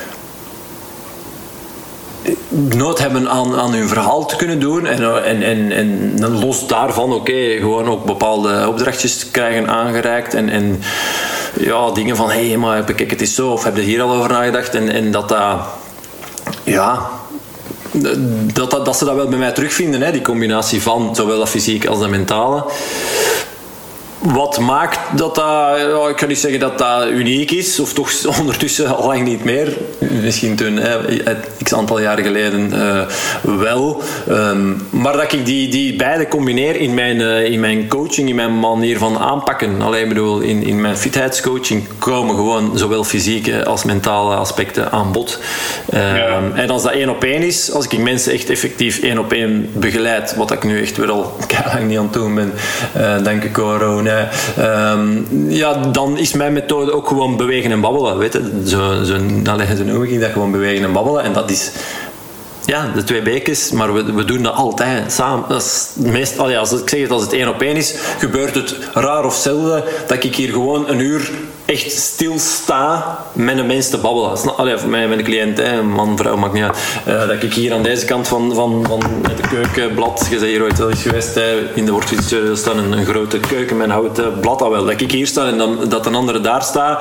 nood hebben aan, aan hun verhaal te kunnen doen en, en, en, en los daarvan, oké, okay, gewoon ook bepaalde opdrachtjes krijgen aangereikt en, en ja, dingen van, hé, hey, maar kijk, het is zo, of heb je hier al over nagedacht en, en dat dat, ja... Dat, dat, dat ze dat wel bij mij terugvinden, hè, die combinatie van zowel dat fysiek als dat mentale. Wat maakt dat dat, ja, ik kan niet zeggen dat dat uniek is, of toch ondertussen al lang niet meer. Misschien toen, hè, x aantal jaar geleden uh, wel. Um, maar dat ik die, die beide combineer in mijn, uh, in mijn coaching, in mijn manier van aanpakken. Alleen, ik bedoel, in, in mijn fitheidscoaching komen gewoon zowel fysieke als mentale aspecten aan bod. Um, ja. En als dat één op één is, als ik mensen echt effectief één op één begeleid, wat ik nu echt weer al lang niet aan het doen ben, uh, denk ik corona. Um, ja, dan is mijn methode ook gewoon bewegen en babbelen. Weet je? Zo, zo, zo noem ik dat, gewoon bewegen en babbelen. En dat is ja, de twee bekens, maar we, we doen dat altijd samen. Dat is meest, allee, als ik zeg het als het één op één is, gebeurt het raar of zelden dat ik hier gewoon een uur echt stilsta met een mens te babbelen. Allee, voor mij met een cliënt, hè, man, vrouw, maakt niet uit. Uh, dat ik hier aan deze kant van, van, van het keukenblad, je bent hier ooit wel eens geweest, hè, in de Wortfietsstudio staat een, een grote keuken met een houten blad al wel. Dat ik hier sta en dan, dat een andere daar staat.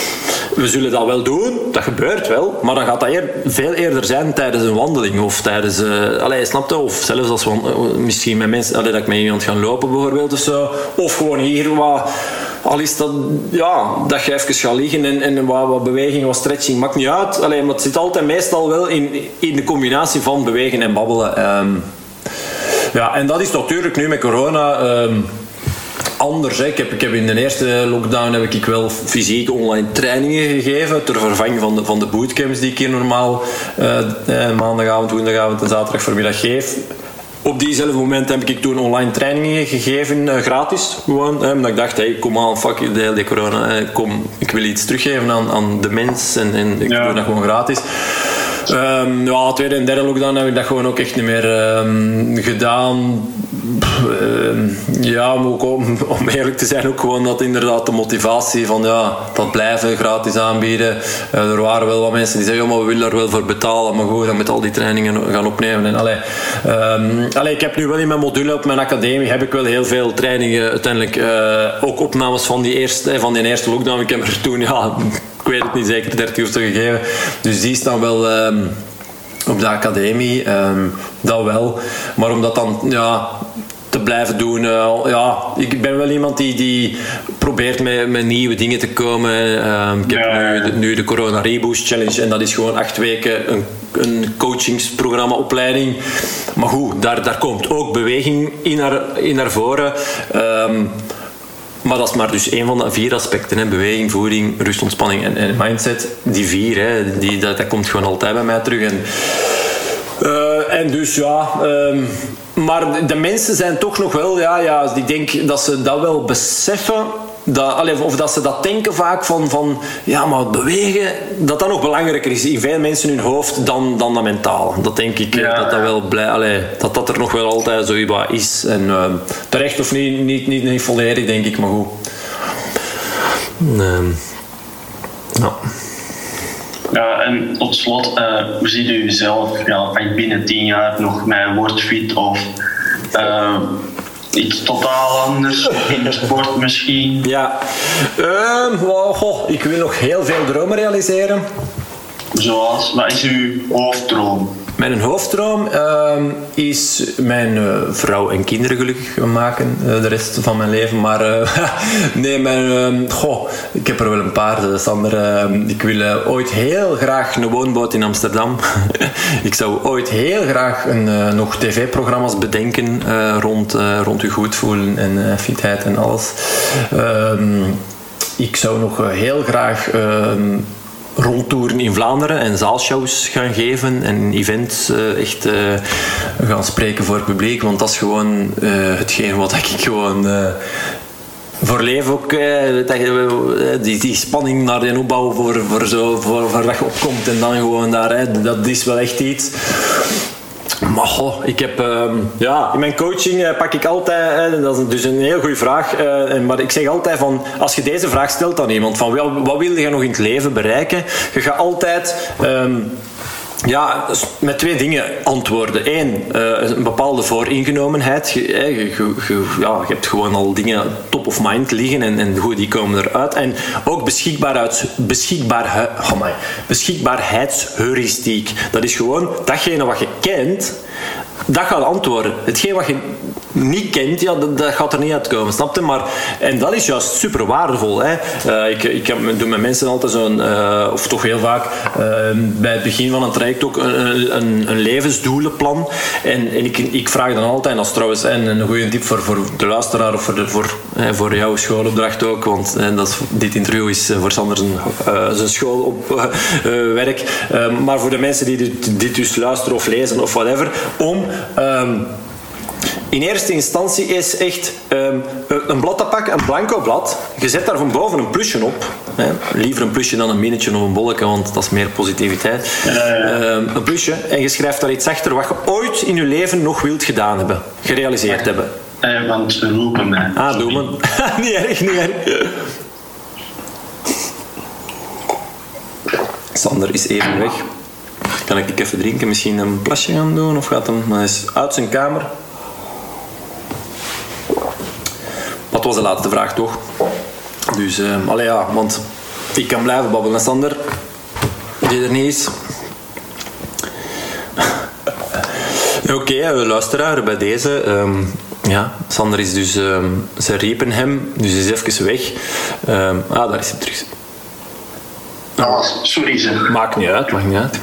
We zullen dat wel doen, dat gebeurt wel, maar dan gaat dat eer, veel eerder zijn tijdens een wandeling of tijdens, uh, allee, snap je? Of zelfs als we, uh, misschien met mensen, allee, dat ik met iemand ga lopen bijvoorbeeld of zo, of gewoon hier wat, al is dat, ja, dat je even gaat liggen en, en wat, wat beweging, wat stretching, maakt niet uit, allee, maar het zit altijd meestal wel in, in de combinatie van bewegen en babbelen. Um, ja, en dat is natuurlijk nu met corona... Um, Anders, hè. Ik, heb, ik heb in de eerste lockdown heb ik wel fysieke online trainingen gegeven ter vervanging van de, van de bootcamps die ik hier normaal uh, eh, maandagavond, woensdagavond en zaterdag voormiddag geef. Op diezelfde moment heb ik toen online trainingen gegeven, uh, gratis gewoon. Hè, omdat ik dacht, hey, kom aan, fuck de hele corona, hè, kom, ik wil iets teruggeven aan, aan de mens en, en ik ja. doe dat gewoon gratis. Um, ja, tweede en derde lockdown heb ik dat gewoon ook echt niet meer um, gedaan. Uh, ja, maar ook om, om eerlijk te zijn, ook gewoon dat inderdaad de motivatie van ja, dat blijven gratis aanbieden. Uh, er waren wel wat mensen die zeggen, ja, maar we willen er wel voor betalen, maar goed, dan met al die trainingen gaan opnemen. En, allee, um, allee, ik heb nu wel in mijn module op mijn academie heb ik wel heel veel trainingen uiteindelijk, uh, ook opnames van die eerste, van die eerste lockdown. Ik heb er toen, ja, ik weet het niet zeker, dertig of zo gegeven. Dus die staan wel um, op de academie, um, dat wel. Maar om dat dan, ja, te blijven doen. Uh, ja, ik ben wel iemand die, die probeert met, met nieuwe dingen te komen. Um, ik heb ja. nu, de, nu de Corona Reboost Challenge en dat is gewoon acht weken een, een coachingsprogramma, opleiding. Maar goed, daar, daar komt ook beweging in naar, in naar voren. Um, maar dat is maar dus één van de vier aspecten. Hè. Beweging, voeding, rust, ontspanning en, en mindset. Die vier, hè, die, dat, dat komt gewoon altijd bij mij terug. En, uh, en dus ja... Um, maar de mensen zijn toch nog wel, ja, ja, ik denk dat ze dat wel beseffen, dat, of dat ze dat denken vaak van, van, ja, maar bewegen, dat dat nog belangrijker is in veel mensen hun hoofd dan, dan dat mentaal. Dat denk ik, ja. dat dat wel blij, allee, dat dat er nog wel altijd zo wat is. En uh, terecht of niet, niet, niet, niet volledig, denk ik, maar goed. Nee. Nou. Ja, en tot slot, uh, hoe ziet u zelf ja, binnen tien jaar nog met Wordfit of uh, iets totaal anders in de sport misschien? Ja, uh, well, goh, ik wil nog heel veel dromen realiseren. Zoals, wat is uw hoofddroom? Mijn hoofddroom uh, is mijn uh, vrouw en kinderen gelukkig maken uh, de rest van mijn leven. Maar uh, nee, mijn, uh, goh, ik heb er wel een paar. Dus Sander, uh, ik wil uh, ooit heel graag een woonboot in Amsterdam. Ik zou ooit heel graag een, uh, nog tv-programma's bedenken uh, rond, uh, rond je goed voelen en uh, fitheid en alles. Uh, ik zou nog uh, heel graag... Uh, rondtoeren in Vlaanderen en zaalshows gaan geven en events uh, echt uh, gaan spreken voor het publiek, want dat is gewoon uh, hetgeen wat ik gewoon uh, voor leven ook, eh, dat je, die, die spanning naar die opbouw voor, voor, zo, voor, voor dat je opkomt en dan gewoon daar, hè, dat is wel echt iets. Maar goh, ik heb, uh, ja, in mijn coaching uh, pak ik altijd, uh, dat is dus een heel goede vraag, uh, en, maar ik zeg altijd van, als je deze vraag stelt aan iemand, van wel, wat wil je nog in het leven bereiken, je gaat altijd... Um, Ja, met twee dingen antwoorden. Eén, uh, een bepaalde vooringenomenheid. Je, je, je, je, ja, je hebt gewoon al dingen top of mind liggen en, en goed, die komen eruit. En ook beschikbaarheid, beschikbaar, oh my, beschikbaarheidsheuristiek. Dat is gewoon datgene wat je kent, dat gaat antwoorden. Hetgeen wat je niet kent, ja, dat, dat gaat er niet uitkomen, snap je? Maar, en dat is juist super waardevol. Hè? Uh, ik, ik heb, doe met mensen altijd zo'n, uh, of toch heel vaak, uh, bij het begin van een traject ook een, een, een levensdoelenplan. En, en ik, ik vraag dan altijd, en dat is trouwens een, een goede tip voor, voor de luisteraar of voor, de, voor, uh, voor jouw schoolopdracht ook, want uh, dat is, dit interview is voor Sander zijn, uh, zijn schoolwerk. Uh, uh, maar voor de mensen die dit, dit dus luisteren of lezen of whatever, om... Um, in eerste instantie is echt um, een blad te pakken, een blanco blad. Je zet daar van boven een plusje op. Hè. Liever een plusje dan een minnetje of een bolletje, want dat is meer positiviteit. Ja, ja. Um, een plusje. En je schrijft daar iets achter wat je ooit in je leven nog wilt gedaan hebben. Gerealiseerd hebben. Eh, want we roepen mij. Ah, doe me. Niet erg, niet erg. Sander is even weg. Kan ik even drinken? Misschien een plasje gaan doen? Of gaat hem... Hij is uit zijn kamer. Wat was de laatste vraag, toch? Dus, uh, allee ja, want ik kan blijven babbelen. Sander, die er niet is. Oké, okay, luisteraar, bij deze... Um, ja, Sander is dus... Um, ze riepen hem, dus hij is even weg. Um, ah, daar is hij terug. Oh, sorry zeg. Maakt niet uit, maakt niet uit.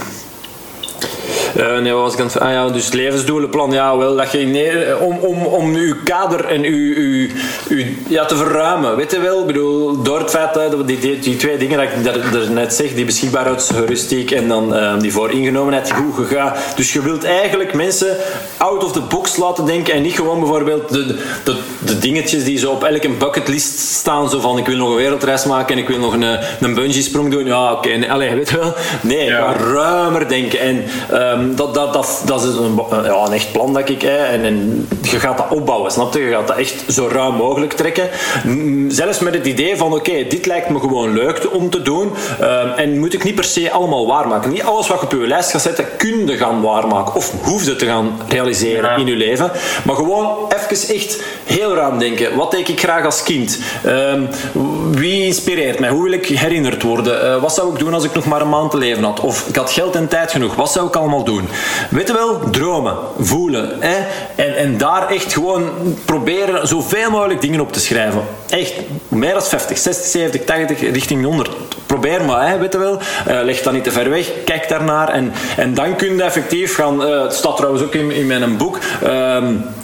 Uh, nee, wat was ik aan het... Ah ja, dus levensdoelenplan. Ja, wel, dat je... Nee, om, om, om uw kader en uw... uw, uw ja, te verruimen. Weet je wel? Ik bedoel, door het feit dat die, die, die twee dingen dat ik daar, daar net zeg, die beschikbaarheidsheuristiek en dan uh, die vooringenomenheid, hoe je gaat. Dus je wilt eigenlijk mensen out of the box laten denken en niet gewoon bijvoorbeeld de, de, de dingetjes die zo op elke bucketlist staan, zo van ik wil nog een wereldreis maken en ik wil nog een, een bungee-sprong doen. Ja, oké. Okay, nee, allee, weet je wel? Nee, ja. Ga ruimer denken. En um, Dat, dat, dat, dat is een, ja, een echt plan dat ik hè, en, en je gaat dat opbouwen, snap je? Je gaat dat echt zo ruim mogelijk trekken. Zelfs met het idee van oké, okay, dit lijkt me gewoon leuk om te doen uh, en moet ik niet per se allemaal waarmaken. Niet alles wat je op je lijst gaat zetten kun je gaan waarmaken of hoef je te gaan realiseren ja. in je leven. Maar gewoon even echt heel ruim denken. Wat deed ik graag als kind? Uh, wie inspireert mij? Hoe wil ik herinnerd worden? Uh, wat zou ik doen als ik nog maar een maand te leven had? Of ik had geld en tijd genoeg. Wat zou ik allemaal doen? Weet je wel, dromen, voelen. Hè? En, en daar echt gewoon proberen zoveel mogelijk dingen op te schrijven. Echt, meer dan vijftig, zestig, zeventig, tachtig, richting honderd. Probeer maar, hè, weet je wel. Uh, leg dat niet te ver weg, kijk daarnaar. En, en dan kun je effectief gaan... Uh, het staat trouwens ook in, in mijn boek... Uh,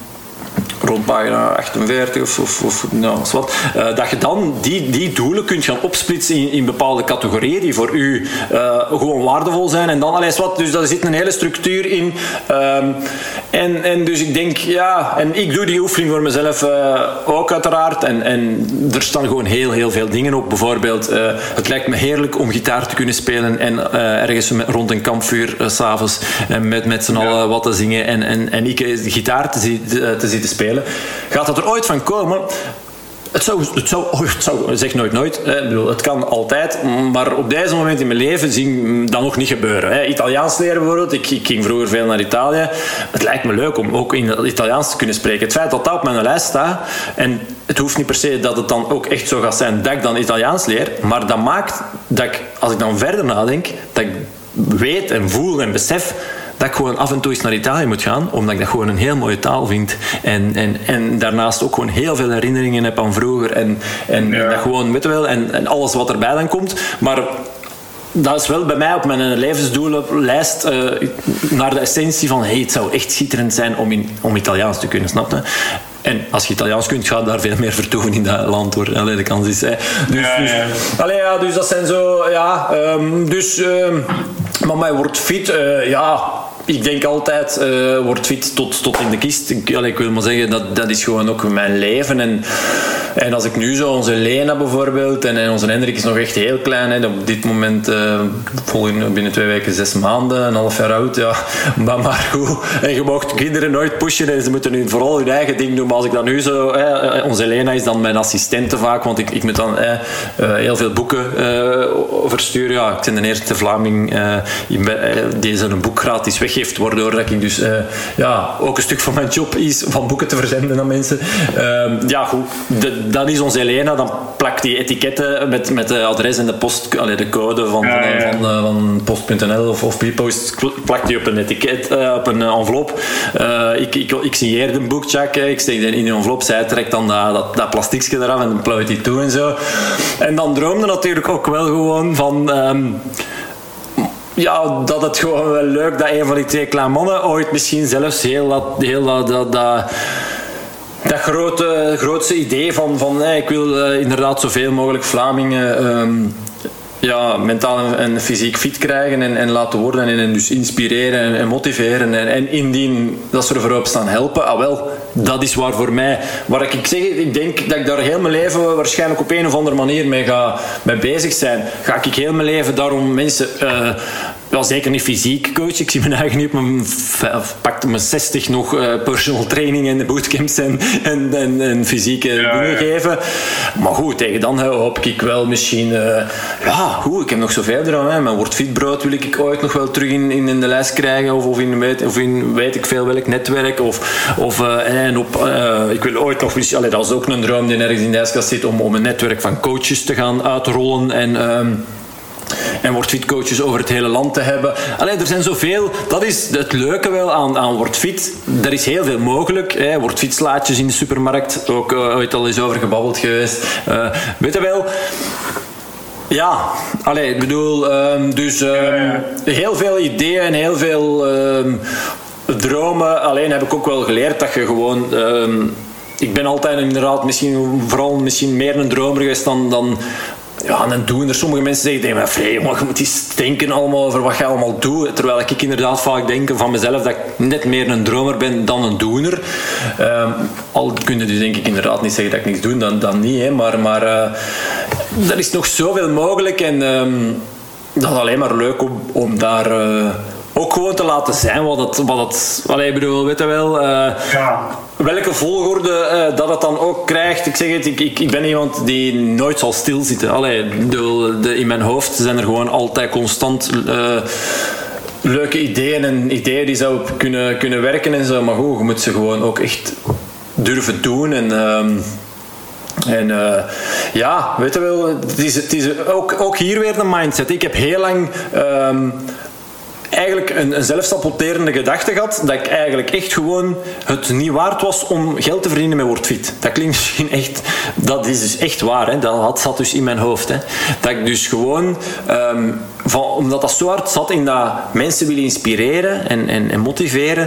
rond pagina achtenveertig of, of, of nou, wat, uh, dat je dan die, die doelen kunt gaan opsplitsen in, in bepaalde categorieën die voor u uh, gewoon waardevol zijn en dan alles wat. Dus daar zit een hele structuur in. Um, en, en dus ik denk, ja, en ik doe die oefening voor mezelf uh, ook uiteraard. En, en er staan gewoon heel, heel veel dingen op. Bijvoorbeeld, uh, het lijkt me heerlijk om gitaar te kunnen spelen en uh, ergens met, rond een kampvuur uh, 's avonds uh, met, met z'n allen wat te zingen en, en, en ik uh, gitaar te, te, te zitten spelen. Gaat dat er ooit van komen? Het zou, het zou, oh, het zou zeg nooit nooit. Hè. Ik bedoel, het kan altijd. Maar op deze moment in mijn leven zie ik dat nog niet gebeuren. Hè. Italiaans leren bijvoorbeeld. Ik, ik ging vroeger veel naar Italië. Het lijkt me leuk om ook in het Italiaans te kunnen spreken. Het feit dat dat op mijn lijst staat. En het hoeft niet per se dat het dan ook echt zo gaat zijn dat ik dan Italiaans leer. Maar dat maakt dat ik, als ik dan verder nadenk, dat ik weet en voel en besef dat ik gewoon af en toe eens naar Italië moet gaan, omdat ik dat gewoon een heel mooie taal vind. En, en, en daarnaast ook gewoon heel veel herinneringen heb aan vroeger. En, en ja. dat gewoon, weet je wel, en, en alles wat erbij dan komt. Maar dat is wel bij mij op mijn levensdoelenlijst uh, naar de essentie van hey, het zou echt schitterend zijn om, in, om Italiaans te kunnen, snap je? En als je Italiaans kunt, ga je daar veel meer vertoeven in dat land, hoor. Allee, de kans is, hè. Dus, ja, ja. Dus, allee, ja, dus dat zijn zo, ja, um, dus, um, maar mij wordt fit, uh, ja, ik denk altijd, uh, word fit tot, tot in de kist. Ik, allee, ik wil maar zeggen, dat, dat is gewoon ook mijn leven. En, en als ik nu zo onze Lena bijvoorbeeld, en, en onze Hendrik is nog echt heel klein. Hè, op dit moment, uh, volgende, binnen twee weken zes maanden, een half jaar oud. Ja. Maar, maar goed, en je mag kinderen nooit pushen. En ze moeten nu vooral hun eigen ding doen. Maar als ik dan nu zo... Eh, onze Lena is dan mijn assistente vaak, want ik, ik moet dan eh, uh, heel veel boeken uh, versturen. Ja, ik ben de eerste Vlaming uh, die zo'n boek gratis weggeeft, waardoor dat ik dus uh, ja, ook een stuk van mijn job is van boeken te verzenden aan mensen. Uh, ja, goed. De, dat is onze Elena. Dan plakt die etiketten met, met de adres en de post, allee, de code van, ja, ja. van, van, van post punt n l of, of Bpost, plakt die op een etiket, uh, op een envelop. Uh, ik, ik, ik signeer een boek, Jack. Ik steek die in een envelop. Zij trekt dan dat, dat, dat plastiekje eraf en dan plooit die toe en zo. En dan droomde natuurlijk ook wel gewoon van... Um, ja, dat het gewoon wel leuk dat een van die twee kleine mannen ooit misschien zelfs heel dat, heel dat, dat, dat, dat grote, grootste idee van, van hey, ik wil uh, inderdaad zoveel mogelijk Vlamingen um, ja, mentaal en, en fysiek fit krijgen en, en laten worden en, en dus inspireren en, en motiveren en, en indien dat ze er voorop staan helpen, ah wel, dat is waar voor mij, waar ik zeg, ik denk dat ik daar heel mijn leven waarschijnlijk op een of andere manier mee ga mee bezig zijn. Ga ik heel mijn leven daarom mensen, uh, wel zeker niet fysiek coach, ik zie mijn eigen niet op mijn, pakte mijn zestig nog uh, personal training en bootcamps en, en, en, en fysieke ja, dingen ja. geven. Maar goed, tegen dan hoop ik wel misschien, uh, ja goed, ik heb nog zoveel eraan, hè. Mijn Word Fit brood wil ik ooit nog wel terug in, in, in de lijst krijgen of, of, in, weet, of in weet ik veel welk netwerk of, of uh, en op, uh, ik wil ooit nog, allee, dat is ook een droom die ergens in de ijskast zit om, om een netwerk van coaches te gaan uitrollen en um, en Word Fit coaches over het hele land te hebben. Allee, er zijn zoveel. Dat is het leuke wel aan, aan Word Fit. Er is heel veel mogelijk. Hè. Word Fit slaatjes in de supermarkt. Ook uh, ooit al eens over gebabbeld geweest. Uh, weet je wel... Ja, allee, ik bedoel... Um, dus um, heel veel ideeën en heel veel um, dromen. Alleen heb ik ook wel geleerd dat je gewoon... Um, ik ben altijd inderdaad misschien, vooral misschien meer een dromer geweest dan... dan ja, en doen er sommige mensen zeggen tegen mij, Free, maar je moet eens denken allemaal over wat je allemaal doet. Terwijl ik inderdaad vaak denk van mezelf dat ik net meer een dromer ben dan een doener. Uh, al kun je dus denk ik inderdaad niet zeggen dat ik niks doe, dan, dan niet. Hè. Maar, maar uh, er is nog zoveel mogelijk en um, dat is alleen maar leuk om, om daar... Uh, ook gewoon te laten zijn wat het... Wat het allee, ik bedoel, weet je wel... Uh, ja. Welke volgorde uh, dat het dan ook krijgt. Ik zeg het, ik, ik, ik ben iemand die nooit zal stilzitten. Allee, de, de, in mijn hoofd zijn er gewoon altijd constant... Uh, leuke ideeën en ideeën die zouden kunnen, kunnen werken en zo. Maar goed, je moet ze gewoon ook echt durven doen en... Um, En uh, ja, weet je wel, het is, het is ook, ook hier weer de mindset. Ik heb heel lang... Um, eigenlijk een, een zelfsaboterende gedachte gehad dat ik eigenlijk echt gewoon het niet waard was om geld te verdienen met Word Fit. Dat klinkt misschien echt... Dat is dus echt waar. Hè? Dat had, zat dus in mijn hoofd. Hè? Dat ik dus gewoon... Um, van, omdat dat zo hard zat in dat mensen willen inspireren en, en, en motiveren...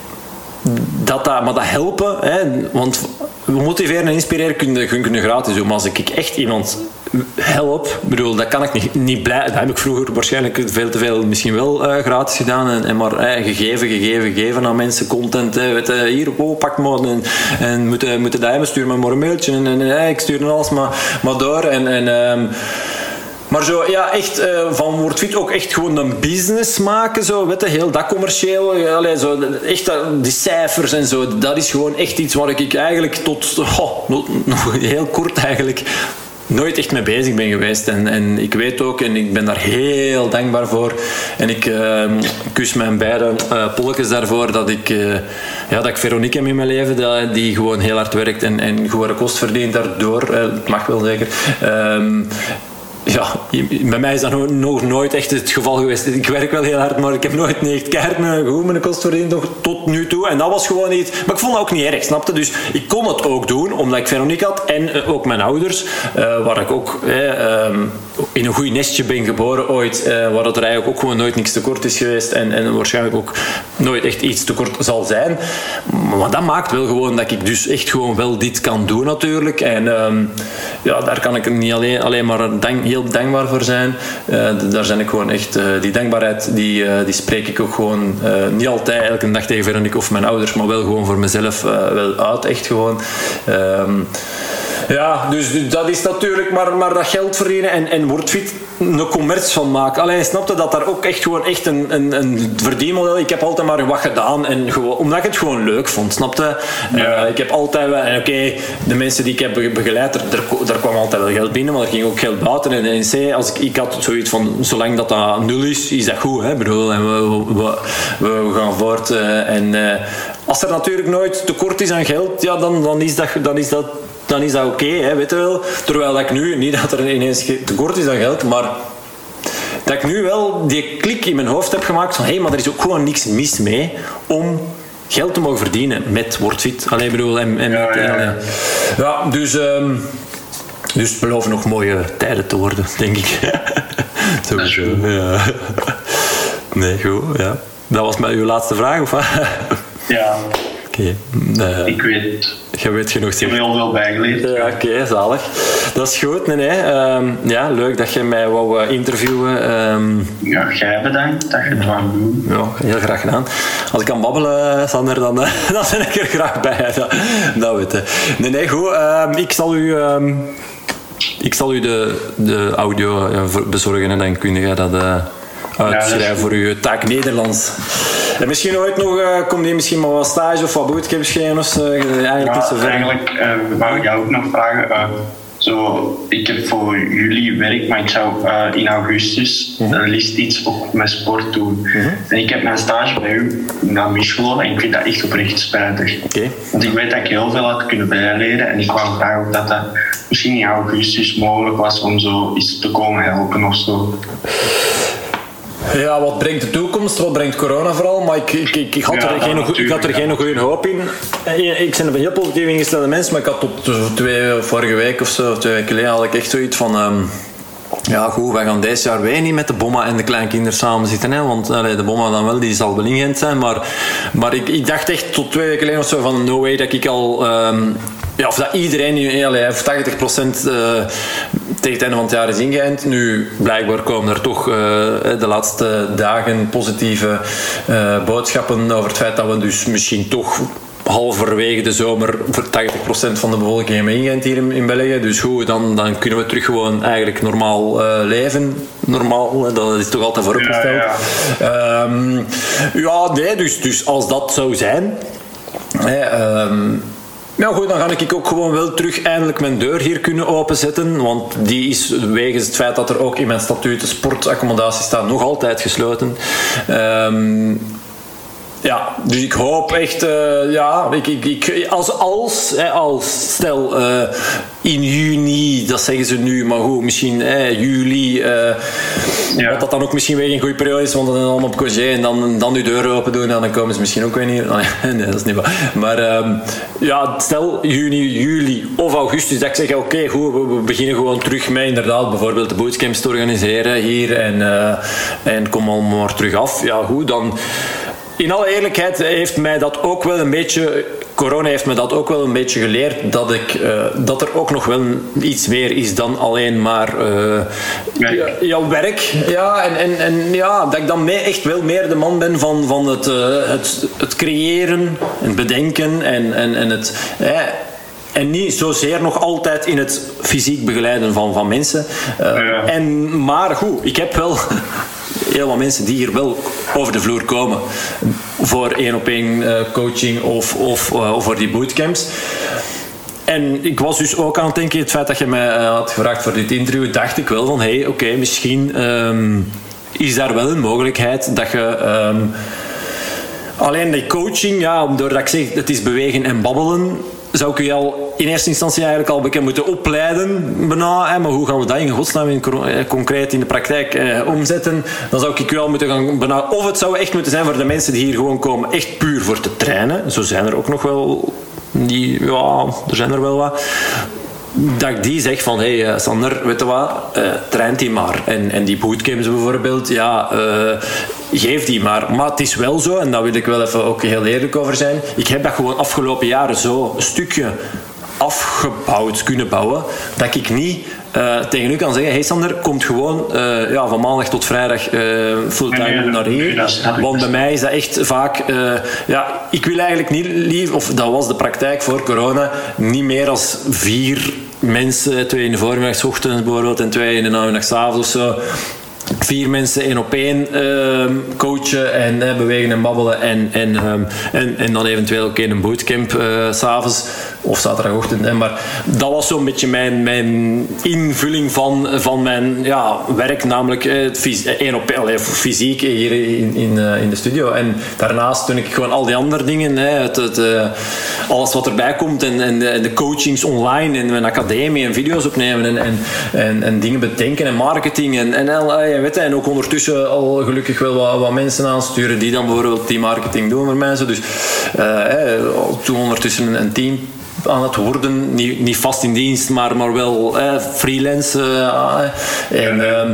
Dat, dat, maar dat helpen, hè, want motiveren en inspireren kun je, kun je gratis doen. Maar als ik echt iemand help, bedoel, dat kan ik niet, niet blij. Dat heb ik vroeger waarschijnlijk veel te veel misschien wel uh, gratis gedaan. En, en maar uh, gegeven, gegeven, gegeven aan mensen content. Uh, weet, uh, hier, oh, pak maar. En, en moeten, moeten dat hebben, stuur me maar een mailtje. En, en uh, ik stuur alles maar, maar door. En... en um, Maar zo, ja, echt uh, van Word Fit ook echt gewoon een business maken, zo, weet je, heel dat commercieel, allee, zo, echt uh, die cijfers en zo, dat is gewoon echt iets waar ik eigenlijk tot, oh, nog, nog heel kort eigenlijk, nooit echt mee bezig ben geweest. En, en ik weet ook, en ik ben daar heel dankbaar voor, en ik uh, kus mijn beide uh, polletjes daarvoor, dat ik, uh, ja, dat ik Veronique heb in mijn leven, dat, die gewoon heel hard werkt en, en gewoon kost verdient daardoor, uh, het mag wel zeker. Um, Ja, bij mij is dat nog nooit echt het geval geweest. Ik werk wel heel hard, maar ik heb nooit niet echt keihard goed mijn kost verdiend tot nu toe. En dat was gewoon niet... Maar ik vond dat ook niet erg, snapte? Dus ik kon het ook doen, omdat ik Veronique had. En uh, ook mijn ouders, uh, waar ik ook... Eh, um, in een goed nestje ben geboren ooit, uh, waar dat er eigenlijk ook gewoon nooit niks tekort is geweest en, en waarschijnlijk ook nooit echt iets tekort zal zijn. Maar dat maakt wel gewoon dat ik dus echt gewoon wel dit kan doen natuurlijk. En um, ja, daar kan ik niet alleen, alleen maar dank, heel dankbaar voor zijn. Uh, daar zijn ik gewoon echt, uh, die dankbaarheid die, uh, die spreek ik ook gewoon uh, niet altijd elke dag tegen Veronique of mijn ouders, maar wel gewoon voor mezelf uh, wel uit, echt gewoon. Um, Ja, dus dat is natuurlijk maar, maar dat geld verdienen en, en WordFit een commerce van maken. Alleen snapte dat daar ook echt gewoon echt een, een, een verdienmodel. Ik heb altijd maar wat gedaan en gewoon, omdat ik het gewoon leuk vond, snapte? Ja. Uh, ik heb altijd wel, en oké, okay, de mensen die ik heb begeleid, er, daar kwam altijd wel geld binnen, maar er ging ook geld buiten. En in C, als ik, ik had zoiets van, zolang dat dat nul is, is dat goed, hè? Bedoel, en we, we, we, we gaan voort. Uh, en uh, als er natuurlijk nooit tekort is aan geld, ja, dan, dan is dat, dan is dat dan is dat oké, okay, weet je wel. Terwijl ik nu, niet dat er ineens tekort is aan geld, maar dat ik nu wel die klik in mijn hoofd heb gemaakt van hé, hey, maar er is ook gewoon niks mis mee om geld te mogen verdienen met WordFit. Allee, bedoel, en, en, ja, ja, ja. ja, dus, um, dus het beloven nog mooie tijden te worden, denk ik. Sowieso, ja. Nee, goed, ja. Dat was maar uw laatste vraag, of wat? Ja. Oké. Okay. Uh, ik weet het. Je weet genoeg. Ik heb heel veel bijgeleerd. Ja, oké, okay, zalig. Dat is goed. Nee, nee. Um, ja, leuk dat je mij wou interviewen. Um, ja, jij bedankt dat je het wou doen. Ja, heel graag gedaan. Als ik kan babbelen, Sander, dan, dan ben ik er graag bij. Dat, dat weet je. Nee, nee, goed. Um, ik zal u... Um, ik zal u de, de audio uh, bezorgen en dan kun je dat uh, uitschrijven ja, voor uw taak Nederlands. En misschien ooit nog, uh, komt die misschien maar wat stage of wat bootcamps geven of zo? Eigenlijk, ja, niet zo ver. eigenlijk uh, wou ik jou ook nog vragen. Uh, zo, ik heb voor jullie werk, maar ik zou uh, in augustus uh-huh. liefst iets ook met sport doen. Uh-huh. En ik heb mijn stage bij u naar misgelopen en ik vind dat echt oprecht spijtig. Okay. Want ik weet dat ik heel veel had kunnen bijleren en ik wou graag ook dat dat misschien in augustus mogelijk was om zo iets te komen helpen of zo. Ja, wat brengt de toekomst? Wat brengt corona vooral? Maar ik, ik, ik, ik had er ja, geen, ik had er geen goede hoop in. Ik ben een heel positief ingestelde mens, maar ik had tot twee, vorige week of zo, of twee weken geleden, had ik echt zoiets van... Um, ja, goed, wij gaan deze jaar weer niet met de bomma en de kleinkinderen samen zitten. Hè? Want allee, de bomma dan wel, die zal wel in Gent zijn. Maar, maar ik, ik dacht echt tot twee weken geleden of zo van... No way dat ik al... Um, ja, of dat iedereen, allee, of tachtig procent uh, tegen het einde van het jaar is ingeënt. Nu, blijkbaar komen er toch uh, de laatste dagen positieve uh, boodschappen over het feit dat we dus misschien toch... halverwege de zomer voor tachtig procent van de bevolking hebben ingeënt hier in, in België. Dus goed, dan, dan kunnen we terug gewoon eigenlijk normaal uh, leven. Normaal, dat is toch altijd vooropgesteld. Ja, ja. Um, ja, nee, dus, dus als dat zou zijn... Hè, um, ja goed, dan ga ik ook gewoon wel terug eindelijk mijn deur hier kunnen openzetten. Want die is wegens het feit dat er ook in mijn statuut sportaccommodatie staat nog altijd gesloten. Um, Ja, dus ik hoop echt, uh, ja, ik, ik, ik, als, als, hè, als stel uh, in juni, dat zeggen ze nu, maar goed, misschien hè, juli, uh, ja. wat dat dan ook misschien weer een goede periode is, want dan allemaal op congé en dan, dan uw deur open doen en dan komen ze misschien ook weer niet. Nee, dat is niet waar. Maar um, ja, stel juni, juli of augustus, dat ik zeg, oké, okay, goed, we, we beginnen gewoon terug met inderdaad bijvoorbeeld de bootcamps te organiseren hier en, uh, en kom allemaal maar terug af. Ja, goed, dan... In alle eerlijkheid heeft mij dat ook wel een beetje... Corona heeft me dat ook wel een beetje geleerd, dat, ik, uh, dat er ook nog wel iets meer is dan alleen maar uh, ja, jouw werk. Ja, en, en, en ja, dat ik dan mee, echt wel meer de man ben van, van het, uh, het, het creëren, het bedenken en, en, en het... Eh, En niet zozeer nog altijd in het fysiek begeleiden van, van mensen. Uh, ja. en, maar goed, ik heb wel heel wat mensen die hier wel over de vloer komen voor één op één uh, coaching of, of, uh, of voor die bootcamps. En ik was dus ook aan het denken, het feit dat je mij uh, had gevraagd voor dit interview, dacht ik wel van, hé, hey, oké, okay, misschien um, is daar wel een mogelijkheid dat je... Um, alleen die coaching, ja, doordat ik zeg, het is bewegen en babbelen, zou ik je al in eerste instantie eigenlijk al bekend moeten opleiden. Bijna, hè, maar hoe gaan we dat in godsnaam in, concreet in de praktijk eh, omzetten? Dan zou ik u al moeten gaan bijna... Of het zou echt moeten zijn voor de mensen die hier gewoon komen, echt puur voor te trainen. Zo zijn er ook nog wel... Die, ja, er zijn er wel wat. dat ik die zeg van, hé hey, Sander, weet je wat, uh, traint die maar. En, en die bootcamps bijvoorbeeld, ja, uh, geef die maar. Maar het is wel zo, en daar wil ik wel even ook heel eerlijk over zijn, ik heb dat gewoon afgelopen jaren zo een stukje afgebouwd kunnen bouwen, dat ik niet uh, tegen u kan zeggen, hey Sander, komt gewoon uh, ja, van maandag tot vrijdag uh, fulltime nee, nee, naar hier. Nee, want bij mij is dat echt vaak, uh, ja, ik wil eigenlijk niet lief, of dat was de praktijk voor corona, niet meer als vier mensen, twee in de voormiddag, 's ochtends bijvoorbeeld, en twee in de namiddag, 's avonds of zo. Vier mensen één op één uh, coachen en uh, bewegen en babbelen en, en, um, en, en dan eventueel ook een bootcamp uh, 's avonds of zaterdagochtend. Hè. Maar dat was zo'n beetje mijn, mijn invulling van, van mijn ja, werk, namelijk uh, één op één, fysiek hier in, in, uh, in de studio. En daarnaast doe ik gewoon al die andere dingen, hè, het, het, uh, alles wat erbij komt en, en, de, en de coachings online en mijn academie en video's opnemen en, en, en, en dingen bedenken en marketing en, en uh, weet je, en ook ondertussen al gelukkig wel wat, wat mensen aansturen die dan bijvoorbeeld die marketing doen voor mensen. Dus uh, toen ondertussen een, een team aan het worden, niet, niet vast in dienst, maar, maar wel eh, freelance. Uh, en um,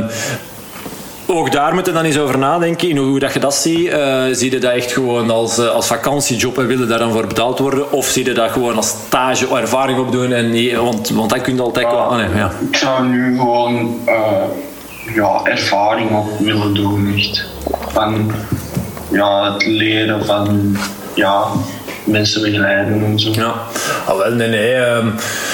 ook daar moet je dan eens over nadenken, in hoe dat je dat ziet. Uh, zie je dat echt gewoon als, uh, als vakantiejob en wil je daar dan voor betaald worden? Of zie je dat gewoon als stage of ervaring opdoen? En niet, want, want dat kun je altijd... Uh, wel, oh nee, ja. Ik zou nu gewoon... Uh, ja, ervaring op willen doen, echt. Van ja, het leren van ja, mensen begeleiden en zo. Ja, ah, wel, nee, nee. Um,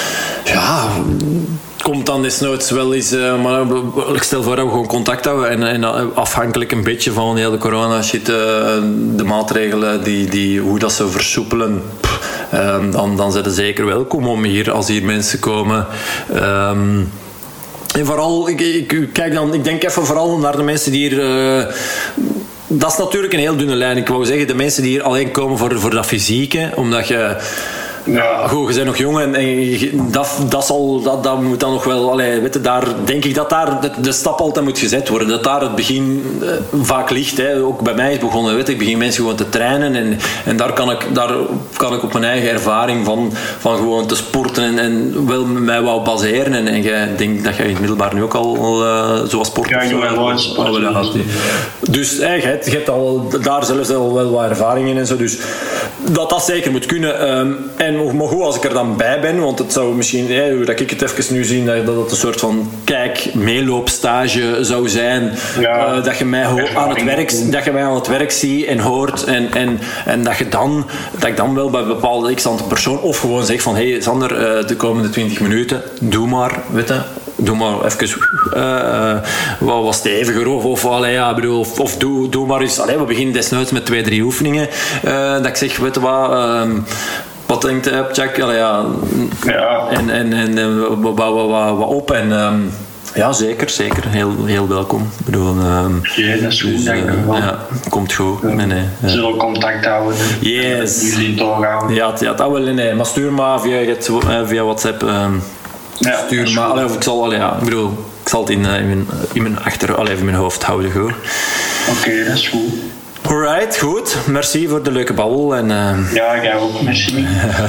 ja, komt dan desnoods wel eens, uh, maar ik stel voor dat we gewoon contact houden en, en afhankelijk een beetje van heel de corona shit, uh, de maatregelen, die, die, hoe dat ze versoepelen, pff, um, dan, dan zijn ze zeker welkom om hier, als hier mensen komen. Um, En vooral, ik, ik, kijk dan, ik denk even vooral naar de mensen die hier... Uh, dat is natuurlijk een heel dunne lijn. Ik wou zeggen, de mensen die hier alleen komen voor, voor dat fysieke, omdat je... Ja. Goed, je bent nog jong en, en dat, dat, zal, dat, dat moet dan nog wel... Allee, weet je, daar denk ik dat daar de, de stap altijd moet gezet worden. Dat daar het begin uh, vaak ligt. Hè. Ook bij mij is begonnen, weet je, ik begin mensen gewoon te trainen en, en daar, kan ik, daar kan ik op mijn eigen ervaring van, van gewoon te sporten en, en wel mij wou baseren. En, en jij denkt dat jij in het middelbaar nu ook al uh, zoals sporten... Ja, ik doe wel sporten. Dus hey, je, hebt, je hebt al daar zelfs al wel wat ervaring in en zo. Dus dat dat zeker moet kunnen. Um, en maar goed, als ik er dan bij ben, want het zou misschien, hey, hoe dat ik het even nu zie, dat het een soort van kijk, meeloopstage zou zijn. Ja, uh, dat, je mij ho- aan het werk, dat je mij aan het werk ziet en hoort. En, en, en dat je dan, dat ik dan wel bij een bepaalde x-aantal persoon of gewoon zeg van, hé hey, Sander, uh, de komende twintig minuten, doe maar, weet je. Doe maar even uh, wat, wat steviger of, of, allee, ja, bedoel, of, of doe, doe maar eens. Allee, we beginnen desnoods met twee, drie oefeningen. Uh, dat ik zeg, weet je wat... Uh, Wat denkt je, Jack? Allee, ja. Ja. En, en, en we bouwen wat, wat op. En, um, ja, zeker, zeker. Heel, heel welkom. Ik bedoel, um, ja, dat is goed, dus, denk ik wel. Ja, komt goed. Ja. Nee, nee. We zullen contact houden. Yes. Jullie doorgaan. Ja, ja, dat wel. Nee, maar stuur maar via, via WhatsApp. Um, ja, stuur maar. Allee, of ik zal, allee, ja, ik bedoel, ik zal het in, in, mijn, in mijn achter, allee, in mijn hoofd houden. Oké, okay, dat is goed. Alright, goed. Merci voor de leuke babbel. En, uh... ja, jij ook. Merci.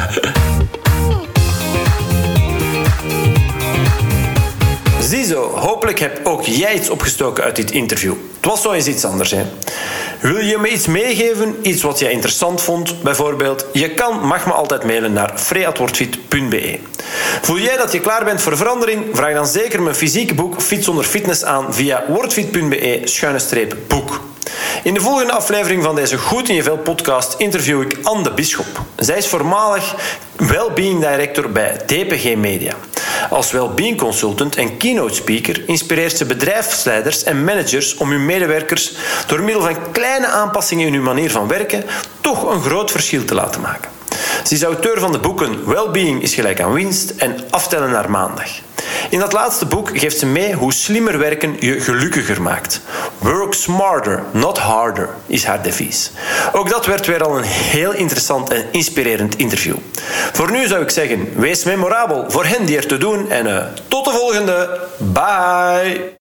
Ziezo, hopelijk heb ook jij iets opgestoken uit dit interview. Het was zo eens iets anders, hè. Wil je me iets meegeven? Iets wat jij interessant vond, bijvoorbeeld? Je kan, mag me altijd mailen naar free at wordfit punt b e. Voel jij dat je klaar bent voor verandering? Vraag dan zeker mijn fysieke boek Fit zonder Fitness aan via wordfit punt b e schuine streep boek. In de volgende aflevering van deze Goed in je Vel podcast interview ik Anne de Bisschop. Zij is voormalig Wellbeing Director bij D P G Media. Als Wellbeing Consultant en Keynote Speaker inspireert ze bedrijfsleiders en managers om hun medewerkers door middel van kleine aanpassingen in hun manier van werken toch een groot verschil te laten maken. Ze is auteur van de boeken Wellbeing is gelijk aan winst en Aftellen naar maandag. In dat laatste boek geeft ze mee hoe slimmer werken je gelukkiger maakt. Work smarter, not harder, is haar devies. Ook dat werd weer al een heel interessant en inspirerend interview. Voor nu zou ik zeggen, wees memorabel voor hen die er te doen en uh, tot de volgende. Bye!